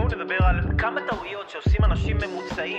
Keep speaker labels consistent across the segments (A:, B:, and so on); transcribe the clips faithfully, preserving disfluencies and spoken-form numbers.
A: היום נדבר על כמה טעויות שעושים אנשים ממוצעים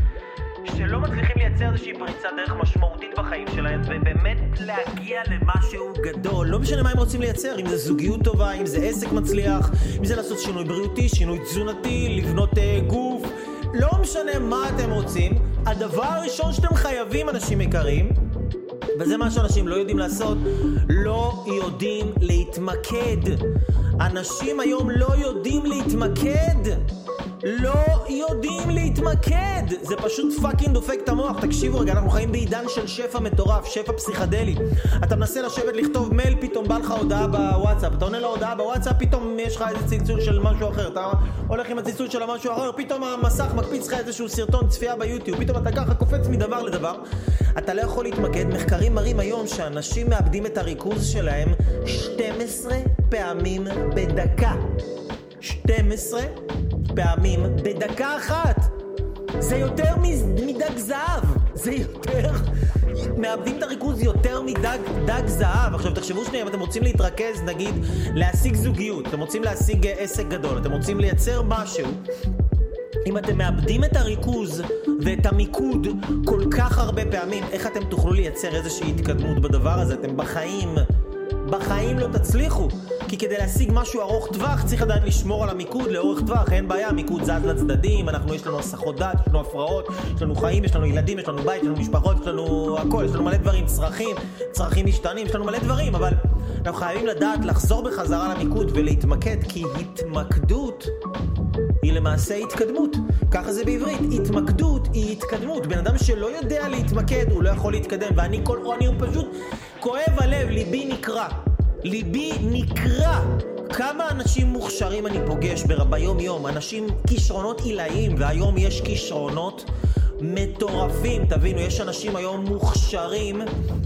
A: שלא מצליחים לייצר איזושהי פריצת דרך משמעותית בחיים שלהם ובאמת להגיע למשהו גדול. לא משנה מה הם רוצים לייצר, אם זה זוגיות טובה, אם זה עסק מצליח, אם זה לעשות שינוי בריאותי, שינוי תזונתי, לבנות uh, גוף, לא משנה מה אתם רוצים. הדבר הראשון שאתם חייבים, אנשים יקרים, וזה מה שאנשים לא יודעים לעשות, לא יודעים להתמקד. אנשים היום לא יודעים להתמקד. לא יודעים להתמקד. זה פשוט פאקינג דופק את המוח. תקשיבו רגע, אנחנו חיים בעידן של שפע מטורף, שפע פסיכדלי. אתה מנסה לשבת לכתוב מייל, פתאום בא לך הודעה בוואטסאפ, אתה עונה להודעה בוואטסאפ, פתאום יש לך איזה צלצול של משהו אחר, אתה הולך עם הצלצול של משהו אחר, פתאום המסך מקפיץ לך איזשהו סרטון צפייה ביוטיוב, פתאום אתה ככה קופץ מדבר לדבר. אתה לא יכול להתמקד. מחקרים מראים היום שאנשים מאבדים את הריכוז שלהם שתים עשרה פעמים בדקה. שתים עשרה פעמים בדקה אחת. זה יותר מדג זהב. זה יותר... מאבדים את הריכוז יותר מדג דג זהב. עכשיו תחשבו שנייה, אם אתם רוצים להתרכז, נגיד, להשיג זוגיות, אתם רוצים להשיג עסק גדול, אתם רוצים לייצר משהו, אם אתם מאבדים את הריכוז ואת המיקוד כל כך הרבה פעמים, איך אתם תוכלו לייצר איזושהי התקדמות בדבר הזה? אתם בחיים, בחיים לא תצליחו. כי כדי להשיג משהו ארוך טווח, צריך לדעת לשמור על המיקוד לאורך טווח. אין בעיה, המיקוד זז לצדדים, אנחנו, יש לנו הסחות דעת, יש לנו הפרעות, יש לנו חיים, יש לנו ילדים, יש לנו בית, יש לנו משפחות, יש לנו הכל, יש לנו מלא דברים, צרכים, צרכים משתנים, יש לנו מלא דברים, אבל אנחנו חייבים לדעת לחזור בחזרה למיקוד ולהתמקד, כי התמקדות היא למעשה התקדמות. ככה זה בעברית. התמקדות היא התקדמות. בן אדם שלא יודע להתמקד, הוא לא יכול להתקדם. ואני כל אני הוא פשוט כואב הלב, ליבי נקרע. ליבי נקרע. כמה אנשים מוכשרים אני פוגש ביום יום. אנשים כישרונות עילאיים, והיום יש כישרונות מטורפים. תבינו, יש אנשים היום מוכשרים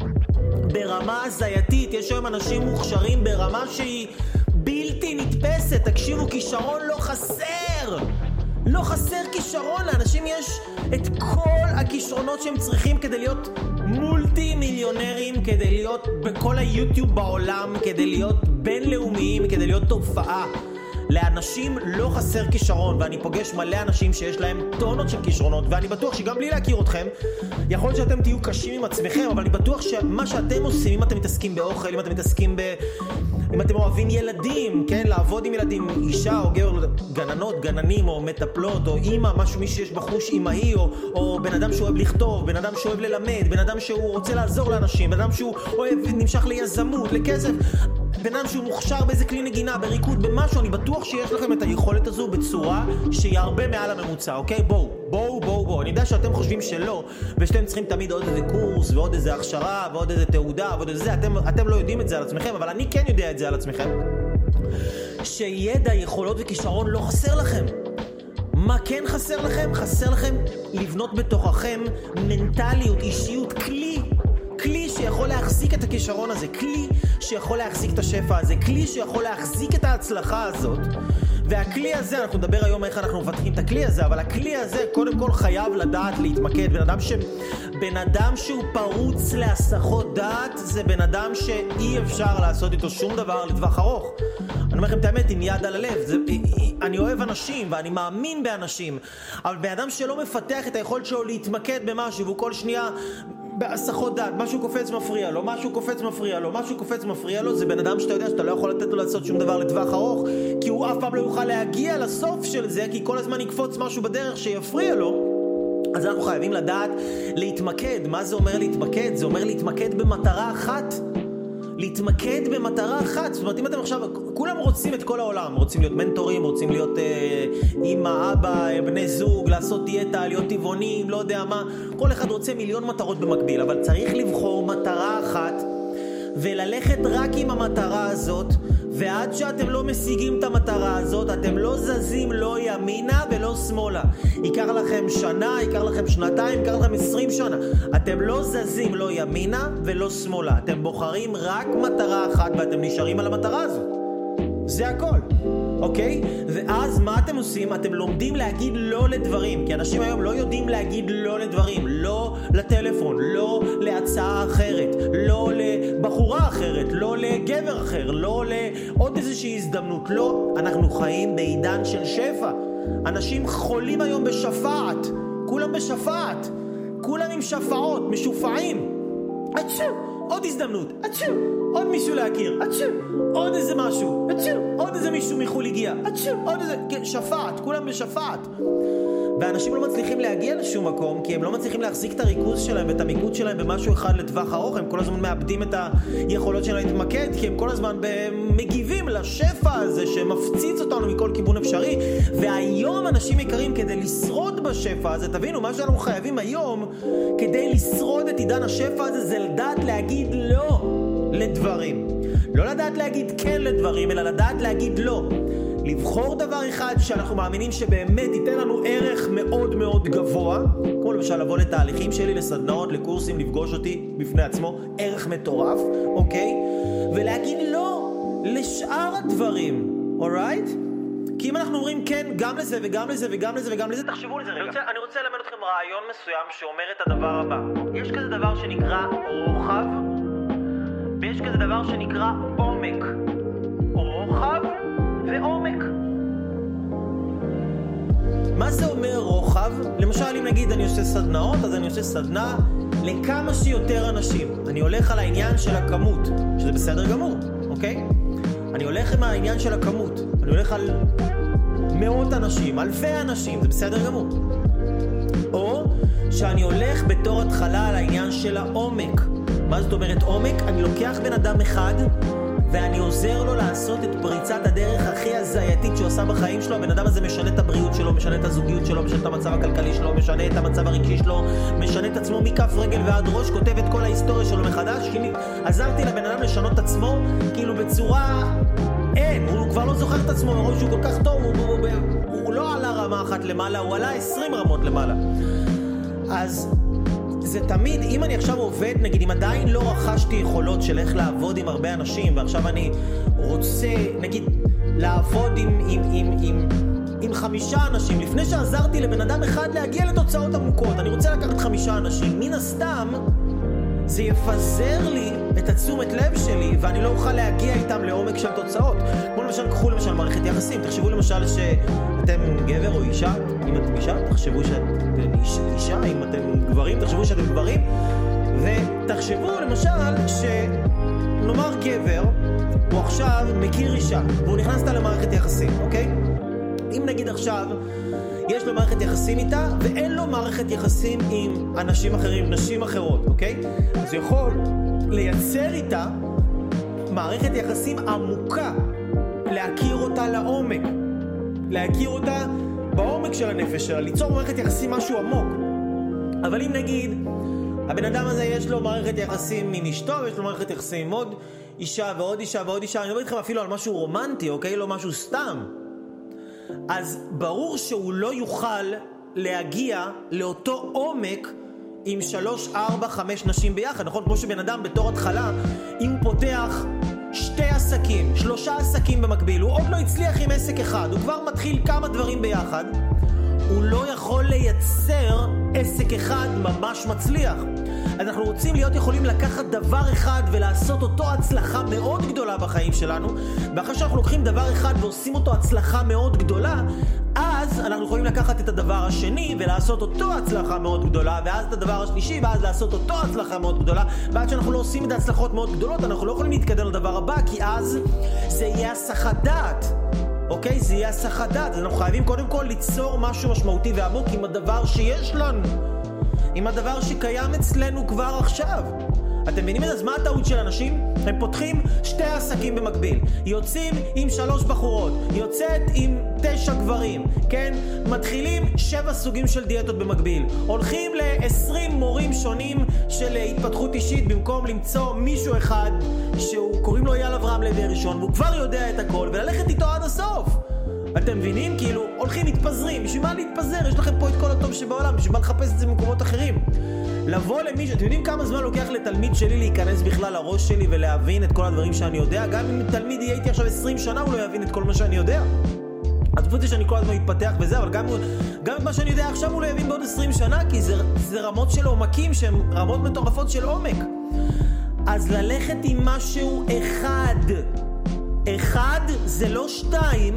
A: ברמה הזייתית. יש היום אנשים מוכשרים ברמה שהיא בלתי נתפסת. תקשיבו, כישרון לא חסר. לא חסר כישרון. לאנשים יש את כל הכישרונות שהם צריכים כדי להיות מולטי מיליונרים, כדי להיות בכל היוטיוב בעולם, כדי להיות בינלאומיים, כדי להיות תופעה. לאנשים לא חסר כישרון, ואני פוגש מלא אנשים שיש להם טונות של כישרונות, ואני בטוח שגם בלי להכיר אתכם, יכול להיות שאתם תהיו קשים עם עצמכם, אבל אני בטוח שמה שאתם עושים, אם אתם מתעסקים באוכל, אם אתם מתעסקים ב... אם אתם אוהבים ילדים, כן, לעבוד עם ילדים, אישה או גבר, גננות, גננים או מטפלות או אמא, משהו, מי שיש בחוש אמאי, או, או בן אדם שאוהב לכתוב, בן אדם שאוהב ללמד, בן אדם שהוא רוצה לעזור לאנשים, בן אדם שהוא אוהב, נמשך ליזמות, לכסף, בן אדם שהוא מוכשר באיזה כלי נגינה, בריקוד, במשהו. אני בטוח שיש לכם את היכולת הזו בצורה שהיא הרבה מעל הממוצע, אוקיי? בואו, בואו, בואו, בואו. אני יודע שאתם חושבים שלא, ושאתם צריכים תמיד עוד איזה קורס, ועוד איזה הכשרה, ועוד איזה תעודה, ועוד איזה זה. אתם, אתם לא יודעים את זה על עצמכם, אבל אני כן יודע את זה על עצמכם. שידע, יכולות וכישרון לא חסר לכם. מה כן חסר לכם? חסר לכם לבנות בתוככם מנטליות, אישיות, כלי. כלי שיכול להחזיק את הכישרון הזה, כלי שיכול להחזיק את השפע הזה, כלי שיכול להחזיק את ההצלחה הזאת. והכלי הזה, אנחנו נדבר היום איך אנחנו מפתחים את הכלי הזה, אבל הכלי הזה קודם כל חייב לדעת להתמקד. בן אדם ש... בן אדם שהוא פרוץ להסחות דעת, זה בן אדם שאי אפשר לעשות איתו שום דבר לטווח ארוך. אני אומר לכם את האמת, עם יד על הלב. זה... אני אוהב אנשים ואני מאמין באנשים, אבל בן אדם שלא מפתח את היכולת שלו להתמקד במשהו, והוא כל שנייה בהסחות דעת, משהו קופץ מפריע לו, משהו קופץ מפריע לו, משהו קופץ מפריע לו, זה בן אדם שאתה יודע שאתה לא יכול לתת לו לעשות שום דבר לטווח ארוך, כי הוא אף פעם לא יוכל להגיע לסוף של זה, כי כל הזמן יקפוץ משהו בדרך שיפריע לו. אז אנחנו חייבים לדעת להתמקד. מה זה אומר להתמקד? זה אומר להתמקד במטרה אחת. להתמקד במטרה אחת. זאת אומרת, אם אתם עכשיו, כולם רוצים את כל העולם, רוצים להיות מנטורים, רוצים להיות אה, אמא, אבא, בני זוג, לעשות דיאטה, להיות טבעונים, לא יודע מה. כל אחד רוצה מיליון מטרות במקביל, אבל צריך לבחור מטרה אחת וללכת רק עם המטרה הזאת, ועד שאתם לא משיגים את המטרה הזאת, אתם לא זזים לא ימינה ולא שמאלה. ייקח לכם שנה, ייקח לכם שנתיים, ייקח לכם עשרים שנה. אתם לא זזים לא ימינה ולא שמאלה. אתם בוחרים רק מטרה אחת ואתם נשארים על המטרה הזאת. זה הכל. אוקיי? ואז מה אתם עושים? אתם לומדים להגיד לא לדברים, כי אנשים היום לא יודעים להגיד לא לדברים. לא לטלפון, לא להצעה אחרת, לא לבחורה אחרת, לא לגבר אחר, לא לעוד איזושהי הזדמנות. לא, אנחנו חיים בעידן של שפע. אנשים חולים היום בשפעת, כולם בשפעת, כולם עם שפעות, משופעים. אצ'ו, עוד הזדמנות, אצ'ו, עוד מישהו להכיר, אצ'ו, עוד איזה משהו, אצ'ו, עוד איזה מישהו מחול הגיע, אצ'ו, עוד איזה, כן, שפעת, כולם בשפעת. ואנשים לא מצליחים להגיע לשום מקום, כי הם לא מצליחים להחזיק את הריכוז שלהם ואת המיקוד שלהם במשהו אחד לטווח ארוך. הם כל הזמן מאבדים את היכולות שלהם להתמקד, כי הם כל הזמן מגיבים לשפע הזה שמפציץ אותנו מכל כיוון אפשרי. והיום אנשים יקרים, כדי לשרוד בשפע הזה, תבינו, מה שאנחנו חייבים היום כדי לשרוד את עידן השפע הזה, זה לדעת להגיד לא לדברים. לא לדעת להגיד כן לדברים, אלא לדעת להגיד לא. לבחור דבר אחד שאנחנו מאמינים שבאמת ייתן לנו ערך מאוד מאוד גבוה, כמו למשל לבוא לתהליכים שלי, לסדנאות, לקורסים, לפגוש אותי בפני עצמו, ערך מטורף, אוקיי? ולהגיד לא לשאר הדברים, אורייט? כי אם אנחנו אומרים כן גם לזה וגם לזה וגם לזה וגם לזה, תחשבו לזה רגע. אני רוצה, אני רוצה ללמד אתכם רעיון מסוים שאומר את הדבר הבא. יש כזה דבר שנקרא רוחב, ויש כזה דבר שנקרא עומק. רוחב ועומק. מה זה אומר רוחב? למשל, אם נגיד אני עושה סדנאות, אז אני עושה סדנה לכמה שיותר אנשים. אני הולך על העניין של הכמות, שזה בסדר גמור, אוקיי? אני הולך עם העניין של הכמות. אני הולך על מאות אנשים, אלפי אנשים, זה בסדר גמור. או שאני הולך בתור התחלה על העניין של העומק. מה זאת אומרת עומק? אני לוקח בן אדם אחד ואני עוזר לו לעשות את פריצת הדרך הכי הזייתית שהוא עושה בחיים שלו. הבן אדם הזה משנה את הבריאות שלו, משנה את הזוגיות שלו, משנה את המצב הכלכלי שלו, משנה את המצב הרגשי שלו, משנה את עצמו מכף רגל ועד ראש, כותב את כל ההיסטוריה שלו מחדש. כי עזרתי לבן אדם לשנות את עצמו כאילו בצורה... אין, הוא כבר לא זוכר את עצמו מראש שהוא כל כך טוב, הוא, הוא, הוא, הוא לא עלה רמה אחת למעלה, הוא עלה עשרים רמות למעלה. אז... זה תמיד, אם אני עכשיו עובד, נגיד, אם עדיין לא רכשתי יכולות של איך לעבוד עם הרבה אנשים, ועכשיו אני רוצה, נגיד, לעבוד עם, עם, עם, עם, עם חמישה אנשים, לפני שעזרתי לבן אדם אחד להגיע לתוצאות עמוקות, אני רוצה לקחת חמישה אנשים, מן הסתם, זה יפזר לי את התשומת לב שלי, ואני לא אוכל להגיע איתם לעומק של תוצאות. כמו למשל, קחו למשל מערכת יחסים, תחשבו למשל שאתם גבר או אישה, אם אתם אישה, תחשבו שאתם אישה, אם אתם גברים, תחשבו שאתם גברים, ותחשבו למשל שנאמר גבר, הוא עכשיו מכיר אישה, והוא נכנס לה למערכת יחסים, אוקיי? אם נגיד עכשיו, יש לו מערכת יחסים איתה, ואין לו מערכת יחסים עם אנשים אחרים, נשים אחרות, אוקיי? אז הוא יכול לייצר איתה מערכת יחסים עמוקה, להכיר אותה לעומק, להכיר אותה בעומק של הנפש שלה, ליצור מערכת יחסים משהו עמוק. אבל אם נגיד, הבן אדם הזה יש לו מערכת יחסים עם אשתו, ויש לו מערכת יחסים עם עוד אישה ועוד אישה ועוד אישה, אני מדבר איתכם אפילו על משהו רומנטי, אוקיי? לא משהו סתם. אז ברור שהוא לא יוכל להגיע לאותו עומק עם שלוש, ארבע, חמש נשים ביחד, נכון? כמו שבן אדם בתור התחלה, אם הוא פותח שתי עסקים, שלושה עסקים במקביל, הוא עוד לא הצליח עם עסק אחד, הוא כבר מתחיל כמה דברים ביחד, הוא לא יכול לייצר עסק אחד ממש מצליח. אז אנחנו רוצים להיות יכולים לקחת דבר אחד ולעשות אותו הצלחה מאוד גדולה בחיים שלנו, ואחרי שאנחנו לוקחים דבר אחד ועושים אותו הצלחה מאוד גדולה, אז אנחנו יכולים לקחת את הדבר השני ולעשות אותו הצלחה מאוד גדולה, ואז את הדבר השלישי, ואז לעשות אותו הצלחה מאוד גדולה, ועד שאנחנו לא עושים את ההצלחות מאוד גדולות, אנחנו לא יכולים להתקדם לדבר הבא, כי אז זה יהיה הסחת דעת. אוקיי? זה יהיה הסחת דעת. אז אנחנו חייבים קודם כל ליצור משהו משמעותי ועמוק עם הדבר שיש לנו, עם הדבר שקיים אצלנו כבר עכשיו. אתם מבינים את זה? אז מה הטעות של אנשים? הם פותחים שתי עסקים במקביל, יוצאים עם שלוש בחורות, יוצאת עם תשע גברים, כן? מתחילים שבע סוגים של דיאטות במקביל, הולכים ל-עשרים מורים שונים של התפתחות אישית, במקום למצוא מישהו אחד שהוא קוראים לו אייל אברהם לוי ראשון, והוא כבר יודע את הכל, וללכת איתו עד הסוף. אתם מבינים? כאילו, הולכים, מתפזרים. בשביל מה להתפזר? יש לכם פה את כל הטוב שבעולם, בשביל מה לחפש את זה במקומות אחרים? לבוא למישהו, אתם יודעים כמה זמן לוקח לתלמיד שלי להיכנס בכלל לראש שלי ולהבין את כל הדברים שאני יודע? גם אם תלמיד יהיה איתי עכשיו עשרים שנה, הוא לא יבין את כל מה שאני יודע. התפות זה שאני כל הזמן מתפתח בזה, אבל גם, גם את מה שאני יודע עכשיו הוא לא יבין בעוד עשרים שנה, כי זה, זה רמות של עומקים שהן רמות מטורפות של עומק. אז ללכת עם משהו אחד, אחד זה לא שתיים,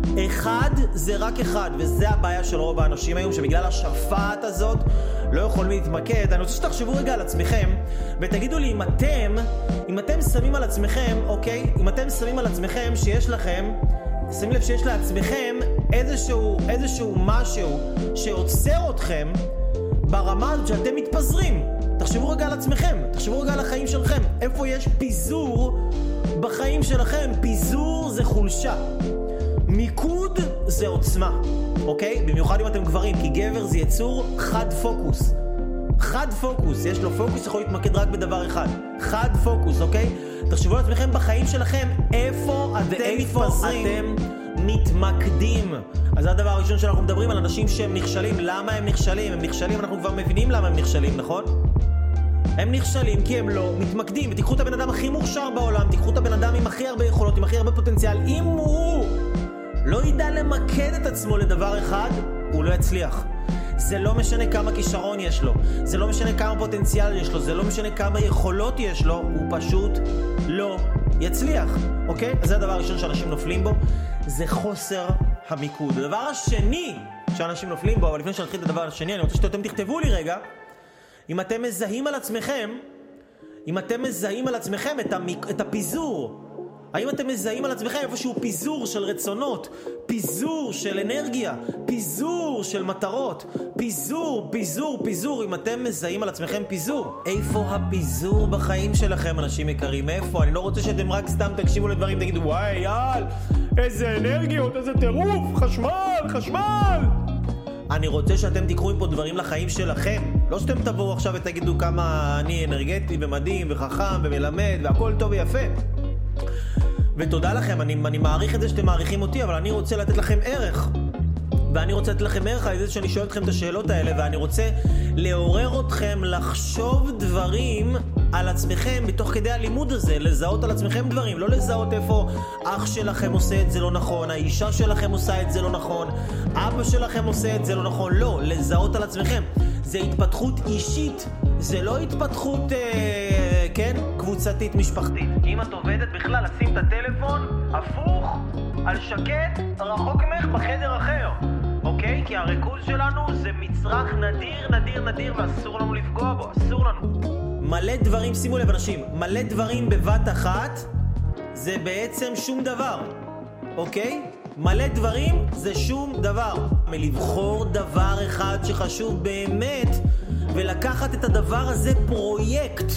A: אחד זה רק אחד, וזה הבעיה של רוב האנשים היום, שבגלל השפעת הזאת לא יכולים להתמקד. אני רוצה שתחשבו רגע על עצמכם, ותגידו לי אם אתם, אם אתם שמים על עצמכם, אוקיי? אם אתם שמים על עצמכם שיש לכם, שמים לב שיש לעצמכם איזשהו, איזשהו משהו שעוצר אתכם ברמה שאתם מתפזרים. תחשבו רגע על עצמכם, תחשבו רגע על החיים שלכם. איפה יש פיזור בחיים שלכם? פיזור זה חולשה. מיקוד זה עוצמה, אוקיי? במיוחד אם אתם גברים, כי גבר זה יצור חד פוקוס. חד פוקוס, יש לו פוקוס, יכול להתמקד רק בדבר אחד. חד פוקוס, אוקיי? תחשבו על עצמכם בחיים שלכם, איפה אתם מתפזרים, אתם מתמקדים. אז זה הדבר הראשון שאנחנו מדברים על אנשים שהם נכשלים. למה הם נכשלים? הם נכשלים, אנחנו כבר מבינים למה הם נכשלים, נכון? הם נכשלים כי הם לא מתמקדים. ותיקחו את הבן אדם הכי מוכשר בעולם, תיקחו את הבן אדם עם הכי הרבה יכולות, עם הכי הרבה פוטנציאל. אם הוא לא ידע למקד את עצמו לדבר אחד, הוא לא יצליח. זה לא משנה כמה כישרון יש לו, זה לא משנה כמה פוטנציאל יש לו, זה לא משנה כמה יכולות יש לו, הוא פשוט לא יצליח, אוקיי? אז זה הדבר הראשון שאנשים נופלים בו, זה חוסר המיקוד. הדבר השני שאנשים נופלים בו, אבל לפני שנתחיל את הדבר השני, אני רוצה שאתם תכתבו לי רגע, אם אתם מזהים על עצמכם, אם אתם מזהים על עצמכם את, המיק... את הפיזור, האם אתם מזהים על עצמכם איפשהו פיזור של רצונות, פיזור של אנרגיה, פיזור של מטרות, פיזור, פיזור, פיזור, אם אתם מזהים על עצמכם פיזור. איפה הפיזור בחיים שלכם, אנשים יקרים? איפה? אני לא רוצה שאתם רק סתם תקשיבו לדברים, תגידו, וואי, יאל, איזה אנרגיות, איזה טירוף, חשמל, חשמל. אני רוצה שאתם תיקחו פה דברים לחיים שלכם. לא שאתם תבואו עכשיו ותגידו כמה אני אנרגטי ומדהים וחכם ומלמד והכל טוב ויפה. ותודה לכם, אני, אני מעריך את זה שאתם מעריכים אותי, אבל אני רוצה לתת לכם ערך. ואני רוצה לתת לכם ערך על זה שאני שואל אתכם את השאלות האלה, ואני רוצה לעורר אתכם לחשוב דברים על עצמכם בתוך כדי הלימוד הזה, לזהות על עצמכם דברים, לא לזהות איפה אח שלכם עושה את זה לא נכון, האישה שלכם עושה את זה לא נכון, אבא שלכם עושה את זה לא נכון, לא, לזהות על עצמכם. זה התפתחות אישית, זה לא התפתחות, אה, כן, קבוצתית, משפחתית. אם את עובדת בכלל, לשים את הטלפון הפוך, על שקט, רחוק ממך בחדר אחר, אוקיי? כי הריכוז שלנו זה מצרך נדיר, נדיר, נדיר, ואסור לנו לפגוע בו, אסור לנו. מלא דברים, שימו לב אנשים, מלא דברים בבת אחת, זה בעצם שום דבר, אוקיי? מלא דברים זה שום דבר. מלבחור דבר אחד שחשוב באמת, ולקחת את הדבר הזה פרויקט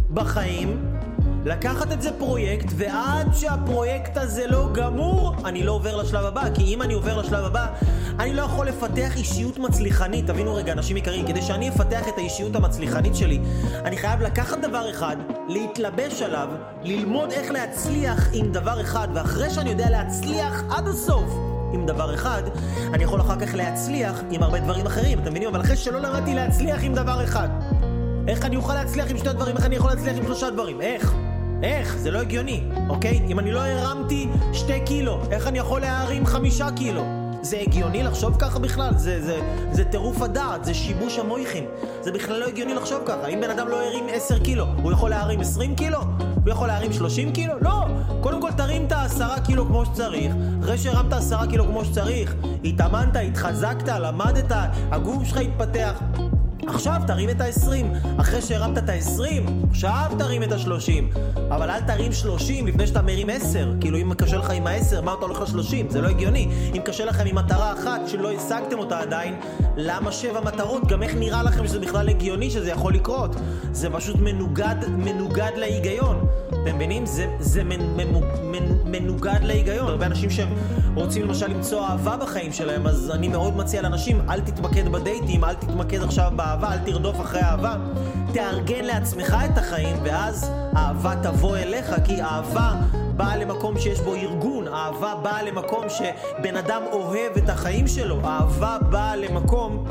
A: בחיים, לקחת את זה פרויקט, ועד שהפרויקט הזה לא גמור, אני לא עובר לשלב הבא. כי אם אני עובר לשלב הבא, אני לא יכול לפתח אישיות מצליחנית. תבינו רגע, אנשים יקרים, כדי שאני אפתח את האישיות המצליחנית שלי, אני חייב לקחת דבר אחד, להתלבש עליו, ללמוד איך להצליח עם דבר אחד, ואחרי שאני יודע להצליח עד הסוף עם דבר אחד, אני יכול אחר כך להצליח עם הרבה דברים אחרים, אתם מבינים? אבל אחרי שלא למדתי להצליח עם דבר אחד, איך אני אוכל להצליח עם שתי דברים? איך אני יכול להצליח עם שלושה דברים? איך? איך? זה לא הגיוני, אוקיי? אם אני לא הרמתי שתי קילו, איך אני יכול להרים חמישה קילו? זה הגיוני לחשוב ככה בכלל? זה, זה, זה טירוף הדעת, זה שיבוש המויכים. זה בכלל לא הגיוני לחשוב ככה. אם בן אדם לא הרים עשר קילו, הוא יכול להרים עשרים קילו? הוא יכול להרים שלושים קילו? לא! קודם כל תרים את העשרה קילו כמו שצריך. אחרי שהרמת עשרה קילו כמו שצריך, התאמנת, התחזקת, למדת, הגוף שלך התפתח. עכשיו תרים את ה-עשרים, אחרי שהרמת את ה-עשרים, עכשיו תרים את ה-שלושים, אבל אל תרים שלושים לפני שאתה מרים עשר, כאילו אם קשה לך עם ה-עשר, מה אתה הולך ל-שלושים? זה לא הגיוני. אם קשה לכם עם מטרה אחת שלא השגתם אותה עדיין, למה שבע מטרות? גם איך נראה לכם שזה בכלל הגיוני שזה יכול לקרות? זה פשוט מנוגד, מנוגד להיגיון. אתם מבינים? זה, זה מנ, מנ, מנ, מנוגד להיגיון. הרבה אנשים שרוצים למשל למצוא אהבה בחיים שלהם, אז אני מאוד מציע לאנשים, אל תתמקד בדייטים, אל תתמקד עכשיו באהבה, אל תרדוף אחרי אהבה. תארגן לעצמך את החיים, ואז אהבה תבוא אליך, כי אהבה באה למקום שיש בו ארגון, אהבה באה למקום שבן אדם אוהב את החיים שלו, אהבה באה למקום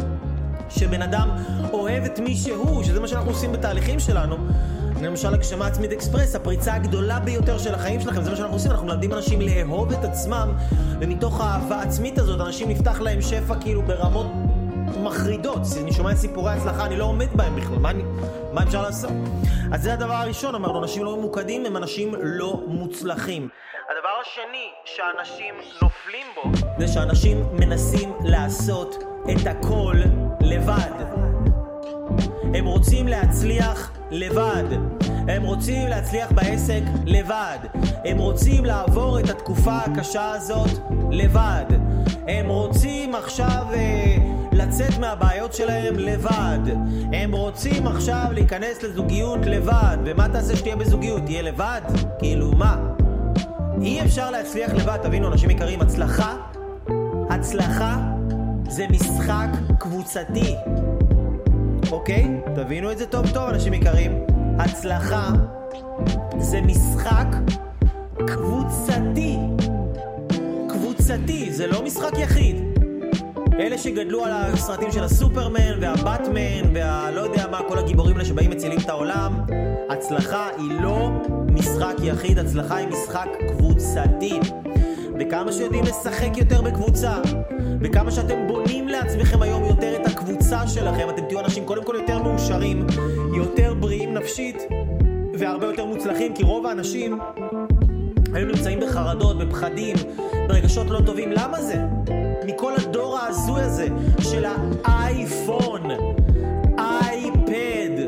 A: שבן אדם אוהב את מי שהוא, שזה מה שאנחנו עושים בתהליכים שלנו. למשל הגשמה עצמית אקספרס, הפריצה הגדולה ביותר של החיים שלכם, זה מה שאנחנו עושים. אנחנו מלמדים אנשים לאהוב את עצמם, ומתוך האהבה העצמית הזאת אנשים נפתח להם שפע כאילו ברמות מחרידות. אני שומע את סיפורי הצלחה, אני לא עומד בהם בכלל. מה, אני, מה אפשר לעשות? אז זה הדבר הראשון, אמרנו, אנשים לא ממוקדים הם אנשים לא מוצלחים. הדבר השני שאנשים נופלים בו זה שאנשים מנסים לעשות את הכל לבד. הם רוצים להצליח לבד. הם רוצים להצליח בעסק לבד. הם רוצים לעבור את התקופה הקשה הזאת לבד. הם רוצים עכשיו אה, לצאת מהבעיות שלהם לבד. הם רוצים עכשיו להיכנס לזוגיות לבד. ומה תעשה שתהיה בזוגיות? תהיה לבד? כאילו מה? אי אפשר להצליח לבד. תבינו אנשים יקרים, הצלחה הצלחה זה משחק קבוצתי. אוקיי? תבינו את זה טוב טוב אנשים יקרים. הצלחה זה משחק קבוצתי. קבוצתי, זה לא משחק יחיד. אלה שגדלו על הסרטים של הסופרמן והבטמן והלא יודע מה, כל הגיבורים האלה שבאים מצילים את העולם, הצלחה היא לא משחק יחיד, הצלחה היא משחק קבוצתי. וכמה שיודעים לשחק יותר בקבוצה, וכמה שאתם בונים לעצמכם היום יותר את הקבוצה שלכם, אתם תהיו אנשים קודם כל יותר מאושרים, יותר בריאים נפשית והרבה יותר מוצלחים. כי רוב האנשים היו נמצאים בחרדות, בפחדים, ברגשות לא טובים. למה זה? מכל הדור ההזוי הזה של האייפון, אייפד,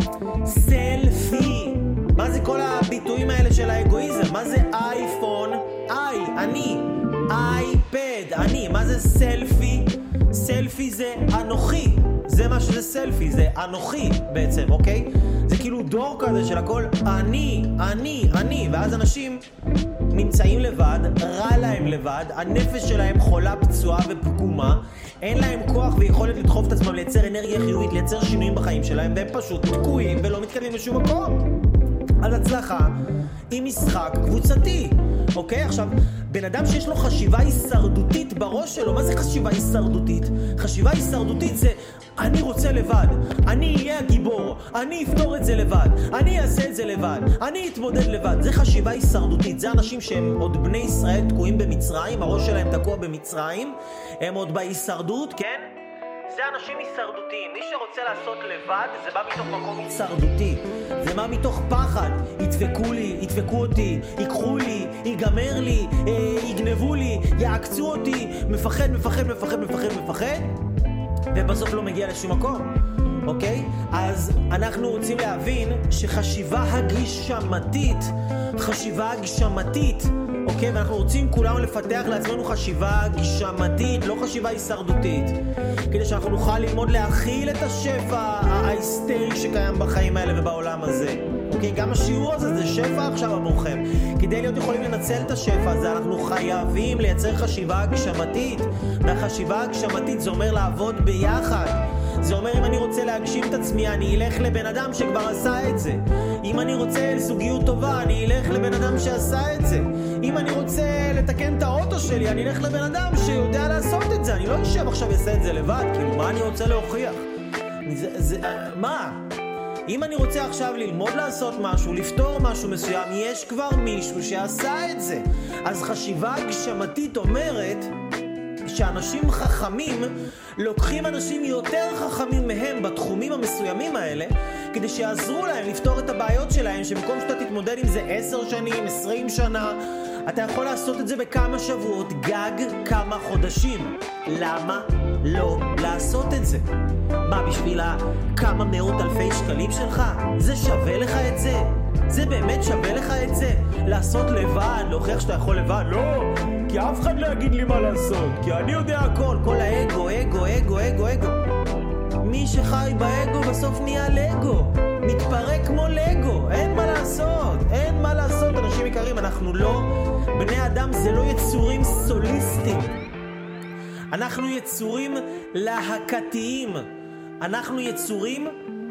A: סלפי, מה זה כל הביטויים האלה של האגואיזם? מה זה אייפון? איי, אני, אייפד, אני. מה זה סלפי? סלפי זה אנוכי. זה מה שזה סלפי, זה אנוכי בעצם, אוקיי? זה כאילו דור כזה של הכל אני, אני, אני. ואז אנשים נמצאים לבד, רע להם לבד, הנפש שלהם חולה, פצועה ופגומה, אין להם כוח ויכולת לדחוף את עצמם, לייצר אנרגיה חיובית, לייצר שינויים בחיים שלהם, והם פשוט תקועים ולא מתקדמים לשום מקום. אז הצלחה היא משחק קבוצתי. אוקיי? עכשיו, בן אדם שיש לו חשיבה הישרדותית בראש שלו, מה זה חשיבה הישרדותית? חשיבה הישרדותית זה אני רוצה לבד, אני אהיה הגיבור, אני אפתור את זה לבד, אני אעשה את זה לבד, אני אתמודד לבד. זה חשיבה הישרדותית. זה אנשים שהם עוד בני ישראל תקועים במצרים, הראש שלהם תקוע במצרים, הם עוד בהישרדות, כן? זה אנשים הישרדותיים. מי שרוצה לעשות לבד זה בא מתוך מקום הישרדותי, זה בא מתוך פחד. ידפקו לי, ידפקו אותי, ייקחו לי, ייגמר לי, אה, יגנבו לי, יעקצו אותי. מפחד, מפחד, מפחד, מפחד, מפחד, ובסוף לא מגיע לשום מקום. אוקיי? אז אנחנו רוצים להבין שחשיבה הגשמתית, חשיבה הגשמתית, אוקיי? ואנחנו רוצים כולנו לפתח לעצמנו חשיבה גשמתית, לא חשיבה הישרדותית, כדי שאנחנו נוכל ללמוד להכיל את השפע ההיסטרי שקיים בחיים האלה ובעולם הזה. אוקיי? גם השיעור הזה זה שפע עכשיו עבורכם. כדי להיות יכולים לנצל את השפע הזה, אנחנו חייבים לייצר חשיבה גשמתית. והחשיבה הגשמתית זה אומר לעבוד ביחד. זה אומר אם אני רוצה להגשים את עצמי, אני אלך לבן אדם שכבר עשה את זה. אם אני רוצה זוגיות טובה, אני אלך לבן אדם שעשה את זה. אם אני רוצה לתקן את האוטו שלי, אני אלך לבן אדם שיודע לעשות את זה. אני לא אשב עכשיו יעשה את זה לבד. כאילו, מה אני רוצה להוכיח? זה, זה, מה? אם אני רוצה עכשיו ללמוד לעשות משהו, לפתור משהו מסוים, יש כבר מישהו שעשה את זה. אז חשיבה גשמתית אומרת שאנשים חכמים לוקחים אנשים יותר חכמים מהם בתחומים המסוימים האלה, כדי שיעזרו להם לפתור את הבעיות שלהם, שבמקום שאתה תתמודד עם זה עשר שנים, עשרים שנה, אתה יכול לעשות את זה בכמה שבועות, גג כמה חודשים. למה לא לעשות את זה? מה, בשביל כמה מאות אלפי שקלים שלך? זה שווה לך את זה? זה באמת שווה לך את זה? לעשות לבד, להוכיח שאתה יכול לבד? לא, כי אף אחד לא יגיד לי מה לעשות, כי אני יודע הכל. כל האגו, אגו, אגו, אגו, אגו. מי שחי באגו בסוף נהיה לגו, מתפרק כמו לגו. אין מה לעשות, אין מה לעשות. אנשים יקרים, אנחנו לא, בני אדם זה לא יצורים סוליסטיים, אנחנו יצורים להקתיים. אנחנו יצורים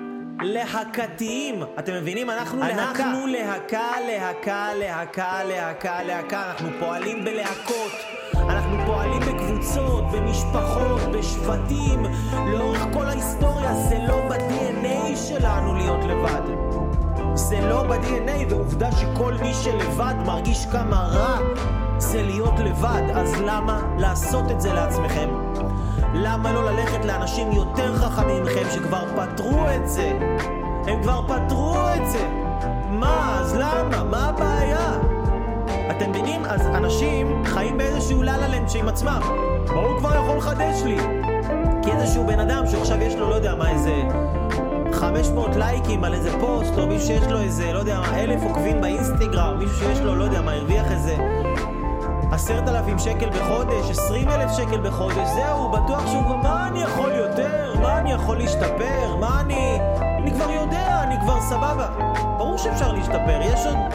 A: להקתיים. אתם מבינים? אנחנו להקה. אנחנו להקה, להקה, להקה, להקה, להקה. אנחנו פועלים בלהקות. אנחנו פועלים בקבוצות, במשפחות, בשבטים. לאורך כל ההיסטוריה זה לא ב-די אן איי שלנו להיות לבד. זה לא ב-די אן איי, ועובדה שכל מי שלבד מרגיש כמה רע זה להיות לבד. אז למה לעשות את זה לעצמכם? למה לא ללכת לאנשים יותר חכמים מכם שכבר פתרו את זה? הם כבר פתרו את זה. מה? אז למה? מה הבעיה? אתם אתם מבינים? אז אנשים חיים באיזשהו לללנד שעם עצמם. מה הוא כבר יכול לחדש לי? כי איזשהו בן אדם שעכשיו יש לו, לא יודע מה, איזה חמש מאות לייקים על איזה פוסט, או מישהו שיש לו איזה, לא יודע מה, אלף עוקבים באינסטגרם, מישהו שיש לו, לא יודע מה, הרוויח איזה עשרת אלפים שקל בחודש, עשרים אלף שקל בחודש, זהו, בטוח שהוא כבר, מה אני יכול יותר? מה אני יכול להשתפר? מה אני... אני כבר יודע, אני כבר סבבה. ברור שאפשר להשתפר, יש עוד...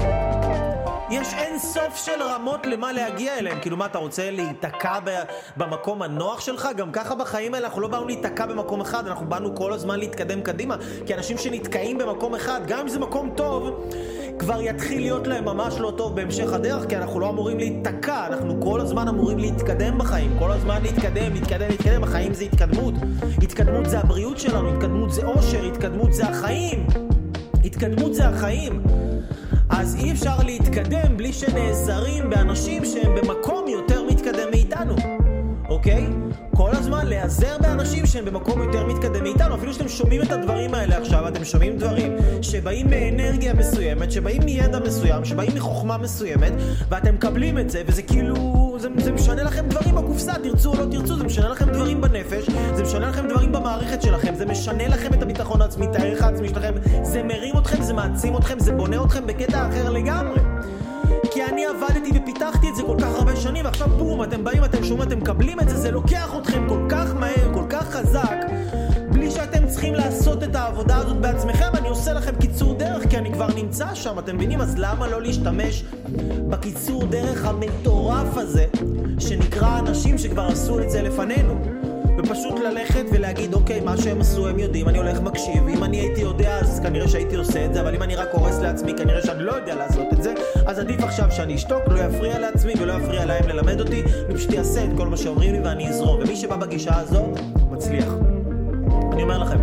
A: יש אין סוף של רמות למה להגיע אליהם. כאילו מה, אתה רוצה להתעקע במקום הנוח שלך? גם ככה בחיים האלה אנחנו לא באנו להתעקע במקום אחד, אנחנו באנו כל הזמן להתקדם קדימה. כי אנשים שנתקעים במקום אחד, גם אם זה מקום טוב, כבר יתחיל להיות להם ממש לא טוב בהמשך הדרך, כי אנחנו לא אמורים להתעקע, אנחנו כל הזמן אמורים להתקדם בחיים, כל הזמן להתקדם, להתקדם, להתקדם. החיים זה התקדמות. התקדמות זה הבריאות שלנו, התקדמות זה אושר, התקדמות זה החיים. התקדמות זה החיים. אז אי אפשר להתקדם בלי שנעזרים באנשים שהם במקום יותר מתקדם מאיתנו, אוקיי? כל הזמן להיעזר באנשים שהם במקום יותר מתקדם מאיתנו. אפילו שאתם שומעים את הדברים האלה עכשיו, אתם שומעים דברים שבאים מאנרגיה מסוימת, שבאים מידע מסוים, שבאים מחוכמה מסוימת, ואתם מקבלים את זה, וזה כאילו, זה, זה משנה לכם דברים בקופסה, תרצו או לא תרצו, זה משנה לכם דברים בנפש, זה משנה לכם דברים במערכת שלכם, זה משנה לכם את הביטחון העצמי, את הערך העצמי שלכם, זה מרים אתכם, זה מעצים אתכם, זה בונה אתכם בקטע אחר לגמרי. כי אני עבדתי ופיתחתי את זה כל כך הרבה שנים, ועכשיו בום, אתם באים, אתם שומעים, אתם מקבלים את זה, זה לוקח אתכם כל כך מהר, כל כך חזק, בלי שאתם צריכים לעשות את העבודה הזאת בעצמכם. אני עושה לכם קיצור דרך, כי אני כבר נמצא שם, אתם מבינים? אז למה לא להשתמש בקיצור דרך המטורף הזה, שנקרא אנשים שכבר עשו את זה לפנינו? ופשוט ללכת ולהגיד, אוקיי, מה שהם עשו הם יודעים, אני הולך מקשיב, אם אני הייתי יודע אז כנראה שהייתי עושה את זה, אבל אם אני רק הורס לעצמי כנראה שאני לא יודע לעשות את זה, אז עדיף עכשיו שאני אשתוק, לא יפריע לעצמי ולא יפריע להם ללמד אותי, אני פשוט אעשה את כל מה שאומרים לי ואני אזרום. ומי שבא בגישה הזאת מצליח. אני אומר לכם,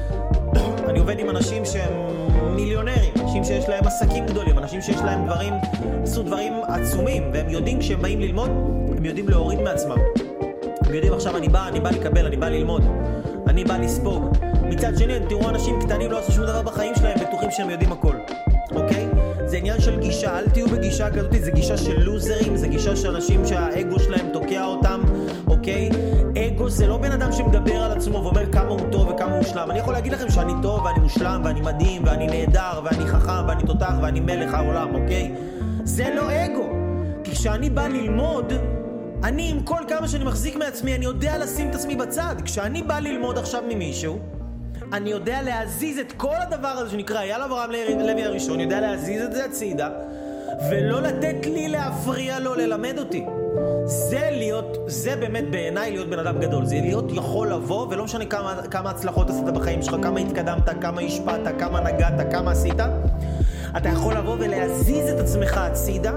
A: אני עובד עם אנשים שהם מיליונרים, אנשים שיש להם עסקים גדולים, אנשים שיש להם דברים, עשו דברים עצומים, והם יודעים כשהם באים ללמוד, הם יודעים להוריד מעצמם. הם יודעים עכשיו אני בא, אני בא לקבל, אני בא ללמוד, אני בא לספוג. מצד שני, תראו אנשים קטנים לא עשו שום דבר בחיים שלהם, בטוחים שהם יודעים הכל, אוקיי? זה עניין של גישה, אל תהיו בגישה כזאת, זה גישה של לוזרים, זה גישה של אנשים שהאגו שלהם תוקע אותם, אוקיי? אגו זה לא בן אדם שמדבר על עצמו ואומר כמה הוא טוב וכמה הוא מושלם. אני יכול להגיד לכם שאני טוב ואני מושלם ואני מדהים ואני נהדר ואני חכם ואני תותח ואני מלך העולם, אוקיי? זה לא אגו. כי כשאני בא ללמוד, אני עם כל כמה שאני מחזיק מעצמי, אני יודע לשים את עצמי בצד. כשאני בא ללמוד עכשיו ממישהו, אני יודע להזיז את כל הדבר הזה שנקרא אייל אברהם לוי הראשון, יודע להזיז את זה הצידה, ולא לתת לי להפריע לו ללמד אותי. זה להיות, זה באמת בעיניי להיות בן אדם גדול. זה להיות יכול לבוא, ולא משנה כמה, כמה הצלחות עשית בחיים שלך, כמה התקדמת, כמה השפעת, כמה נגעת, כמה עשית. אתה יכול לבוא ולהזיז את עצמך הצידה,